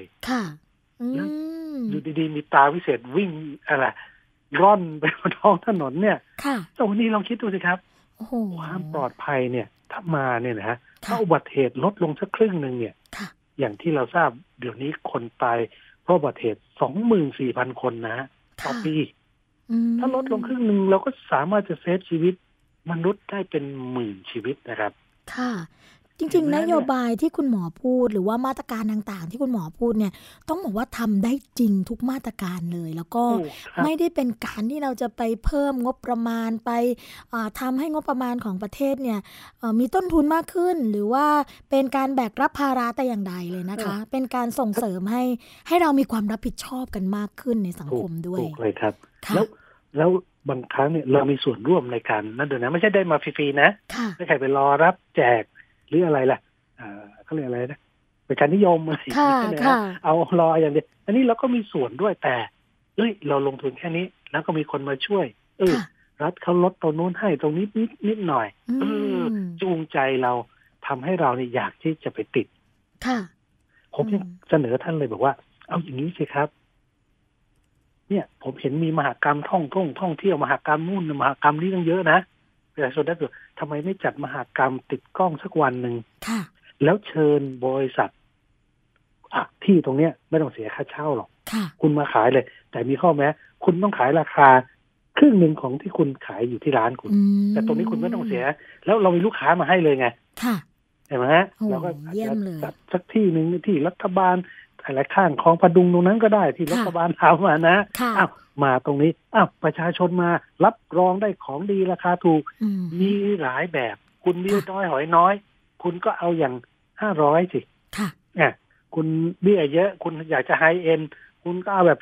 อยู่ดีๆมีตาวิเศษวิ่งอะไรร่อนไปบนท้องถนนเนี่ยตรงนี้ลองคิดดูสิครับความปลอดภัยเนี่ยถ้ามาเนี่ยนะฮะถ้าอุบัติเหตุลดลงสักครึ่งนึงเนี่ยอย่างที่เราทราบเดี๋ยวนี้คนตายเพราะอุบัติเหตุ 24,000 คนนะต่อปีถ้าลดลงครึ่งนึงเราก็สามารถจะเซฟชีวิตมนุษย์ได้เป็นหมื่นชีวิตนะครับค่ะจริงๆนโยบายที่คุณหมอพูดหรือว่ามาตรการต่างๆที่คุณหมอพูดเนี่ยต้องบอกว่าทำได้จริงทุกมาตรการเลยแล้วก็ไม่ได้เป็นการที่เราจะไปเพิ่มงบประมาณไปทำให้งบประมาณของประเทศเนี่ยมีต้นทุนมากขึ้นหรือว่าเป็นการแบกรับภาระแต่อย่างใดเลยนะคะเป็นการส่งเสริมให้เรามีความรับผิดชอบกันมากขึ้นในสังคมด้วยถูกเลยครับแล้วบางครั้งเนี่ยเรามีส่วนร่วมในการนั่นด้วยนะไม่ใช่ได้มาฟรีๆนะไม่ใช่ไปรอรับแจกหรืออะไรล่ะเขาเรียกอะไรนะเป็นการนิยมอะไรเอารออย่างเดียวอันนี้เราก็มีส่วนด้วยแต่เราลงทุนแค่นี้แล้วก็มีคนมาช่วยรัฐเขาลดตรงนู้นให้ตรงนี้นิดหน่อยจูงใจเราทำให้เราเนี่ยอยากที่จะไปติดผมเสนอท่านเลยบอกว่าเอาอย่างนี้สิครับเนี่ยผมเห็นมีมหกรรมท่องเที่ยวมหกรรมนู่นมหกรรมนี้ตั้งเยอะนะประชาชนได้คือทำไมไม่จัดมหกรรมติดกล้องสักวันหนึ่งแล้วเชิญบริษัทที่ตรงเนี้ยไม่ต้องเสียค่าเช่าหรอกคุณมาขายเลยแต่มีข้อแม้คุณต้องขายราคาครึ่งหนึ่งของที่คุณขายอยู่ที่ร้านคุณแต่ตรงนี้คุณไม่ต้องเสียแล้วเรามีลูกค้ามาให้เลยไงเห็นไหมฮะเราก็จัดสักที่หนึ่งที่รัฐบาลอะไรข้างคลองพดุงตรงนั้นก็ได้ที่รัฐบาลทำมานะมาตรงนี้ประชาชนมารับรองได้ของดีราคาถูกมีหลายแบบคุณเบี้ยน้อยหอยน้อยคุณก็เอาอย่าง500สิคุณเบี้ยเยอะคุณอยากจะไฮเอ็นคุณก็เอาแบบ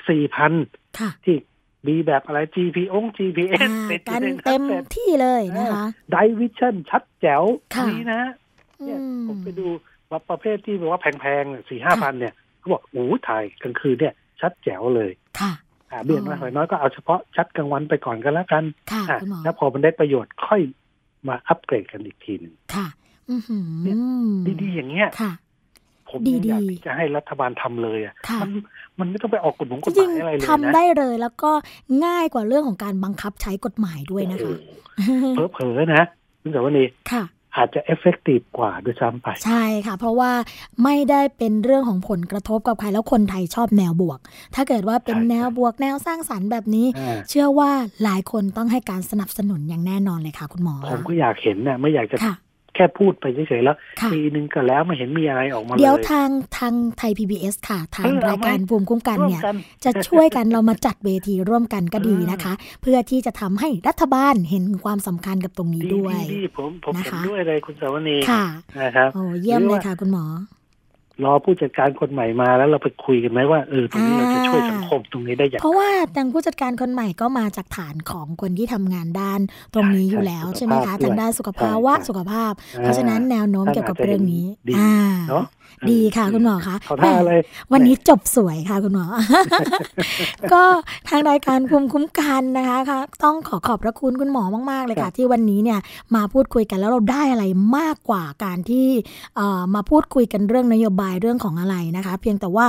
4,000 ที่มีแบบอะไร GPS กันเต็มที่เลยนะคะไดวิชั่นชัดแจ๋วนี่นะเนี่ยผมไปดูว่าประเภทที่แบบว่าแพงๆ 4-5,000 เนี่ยเขาบอกโอ้ถ่ายกลางคืนเนี่ยชัดแจ๋วเลยเบี้ยน้อยหอยน้อยก็เอาเฉพาะชัดกลางวันไปก่อนกันแล้วกันแล้วพอมันได้ประโยชน์ค่อยมาอัปเกรดกันอีกทีนึงดีๆอย่างเงี้ยผมอยากจะให้รัฐบาลทำเลยมันไม่ต้องไปออกกฎหมายอะไรเลยนะทำได้เลยแล้วก็ง่ายกว่าเรื่องของการบังคับใช้กฎหมายด้วยนะคะเผลอๆนะคุณสาวนีอาจจะเอฟเฟกตีฟกว่าด้วยซ้ำไปใช่ค่ะเพราะว่าไม่ได้เป็นเรื่องของผลกระทบกับใครแล้วคนไทยชอบแนวบวกถ้าเกิดว่าเป็นแนวบวกแนวสร้างสรรค์แบบนี้เชื่อว่าหลายคนต้องให้การสนับสนุนอย่างแน่นอนเลยค่ะคุณหมอผมก็อยากเห็นนะไม่อยากจะแค่พูดไปเฉยๆแล้วปีนึงก็แล้วไม่เห็นมีอะไรออกมาเลยเดี๋ยวทางไทย PBS ค่ะทางรายการภูมิคุ้มกันเนี่ยจะช่วยกันเรามาจัดเวทีร่วมกันก็ดีนะคะเพื่อที่จะทำให้รัฐบาลเห็นความสำคัญกับตรงนี้ด้วยผมเห็นด้วยเลยคุณสาวนีนะครับโอ้เยี่ยมเลยค่ะคุณหมอรอผู้จัดการคนใหม่มาแล้วเราไปคุยกันไหมว่าตรงนี้เราจะช่วยสังคมตรงนี้ได้อย่างไรเพราะว่าทางผู้จัดการคนใหม่ก็มาจากฐานของคนที่ทำงานด้านตรงนี้อยู่แล้วใช่ไหมคะทางด้านสุขภาพเพราะฉะนั้นแนวโน้มเกี่ยวกับเรื่องนี้ดีค่ะคุณหมอคะวันนี้จบสวยค่ะคุณหมอ ก็ทางรายการภูมิคุ้มกันนะคะต้องขอบพระคุณคุณหมอมากๆเลยค่ะที่วันนี้เนี่ยมาพูดคุยกันแล้วเราได้อะไรมากกว่าการที่มาพูดคุยกันเรื่องนโยบายเรื่องของอะไรนะคะเพียงแต่ว่า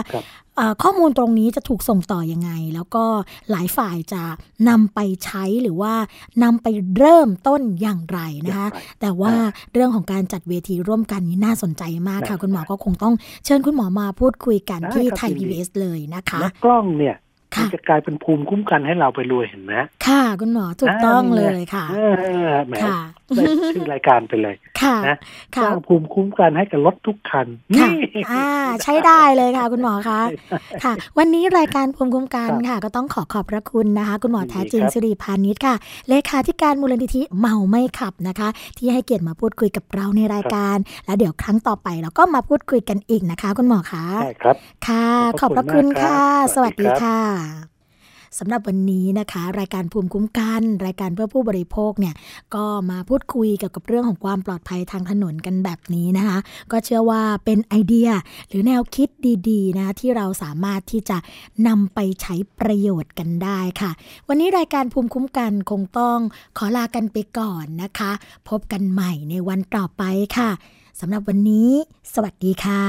ข้อมูลตรงนี้จะถูกส่งต่อยังไงแล้วก็หลายฝ่ายจะนำไปใช้หรือว่านำไปเริ่มต้นอย่างไรนะคะแต่ว่าเรื่องของการจัดเวทีร่วมกันนี่น่าสนใจมากค่ะคุณหมอก็คงต้องเชิญคุณหมอมาพูดคุยกันที่ไทย PBS เลยนะคะและกล้องเนี่ยจะกลายเป็นภูมิคุ้มกันให้เราไปรวยเห็นไหมค่ะคุณหมอถูกต้องเลยค่ะแหมได้ชื่อรายการไปเลยนะสร้างภูมิคุ้มกันให้กับรถทุกคันนี่ใช้ได้เลยค่ะคุณหมอคะค่ะวันนี้รายการภูมิคุ้มกันค่ะก็ต้องขอบพระคุณนะคะคุณหมอแท้จริงสิริพานิชค่ะเลขาธิการมูลนิธิเมาไม่ขับนะคะที่ให้เกียรติมาพูดคุยกับเราในรายการแล้วเดี๋ยวครั้งต่อไปเราก็มาพูดคุยกันอีกนะคะคุณหมอคะใช่ครับค่ะขอบพระคุณค่ะสวัสดีค่ะสำหรับวันนี้นะคะรายการภูมิคุ้มกันรายการเพื่อผู้บริโภคเนี่ยก็มาพูดคุยเกี่ยวกับเรื่องของความปลอดภัยทางถนนกันแบบนี้นะคะก็เชื่อว่าเป็นไอเดียหรือแนวคิดดีๆนะที่เราสามารถที่จะนำไปใช้ประโยชน์กันได้ค่ะวันนี้รายการภูมิคุ้มกันคงต้องขอลากันไปก่อนนะคะพบกันใหม่ในวันต่อไปค่ะสำหรับวันนี้สวัสดีค่ะ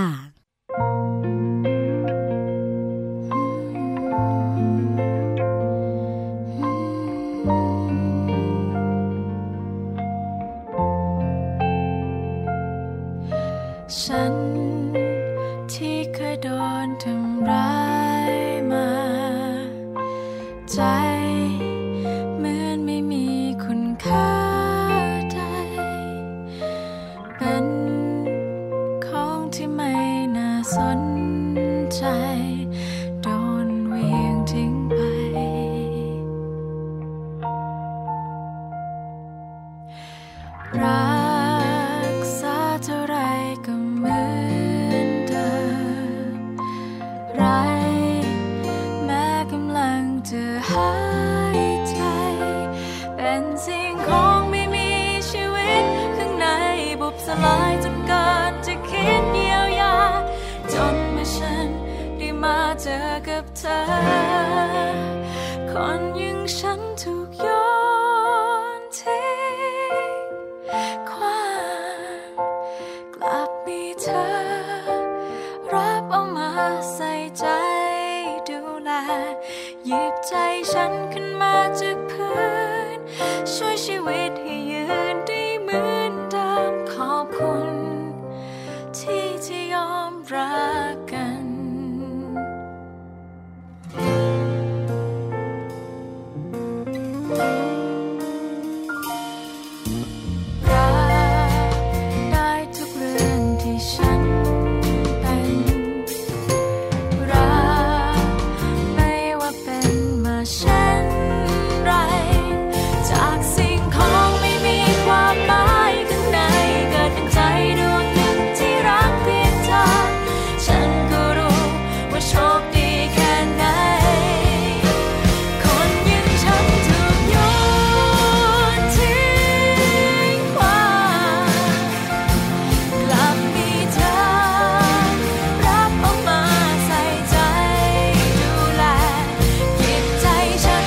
ฉันที่เคยโดนทำร้ายมาใจเหมือนไม่มีคุณค่าใดเป็นของที่ไม่น่าสนใจโดนเหวี่ยงทิ้งไปรักษาเท่าไรก็เหมือนเดิมไรแม้กำลังจะหายใจเป็นสิ่งของไม่มีชีวิตข้างในบุบสลายจนเกินจะคิดเยียวยาจนเมื่อฉันได้มาเจอกับเธอคนอย่างฉันถูกโยนทิ้งกลับมีเธอรับเอามาใส่ใจดูแลหยิบใจฉันขึ้นมาจากพื้นช่วยชีวิตให้ยืนได้เหมือนเดิมขอบคุณที่ยอมรักกันฉัน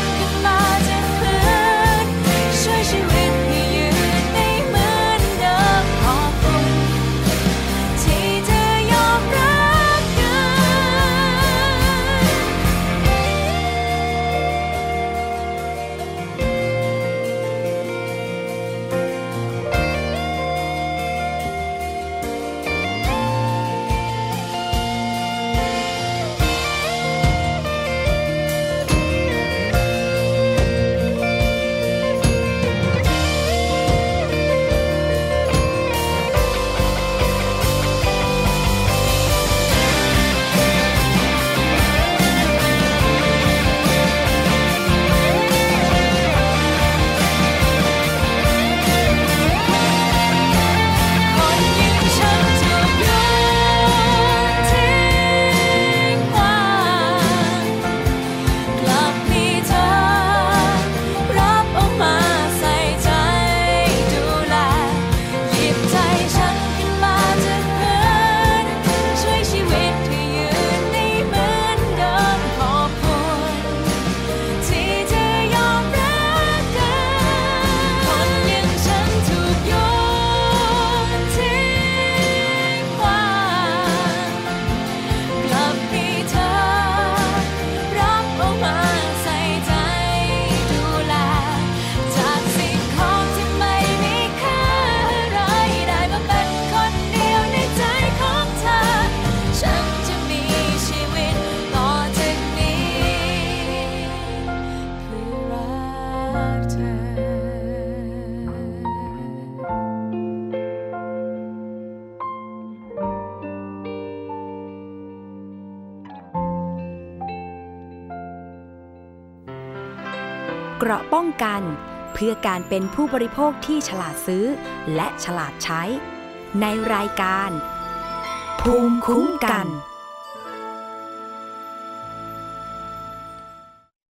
เกราะป้องกันเพื่อการเป็นผู้บริโภคที่ฉลาดซื้อและฉลาดใช้ในรายการภูมิคุ้มกัน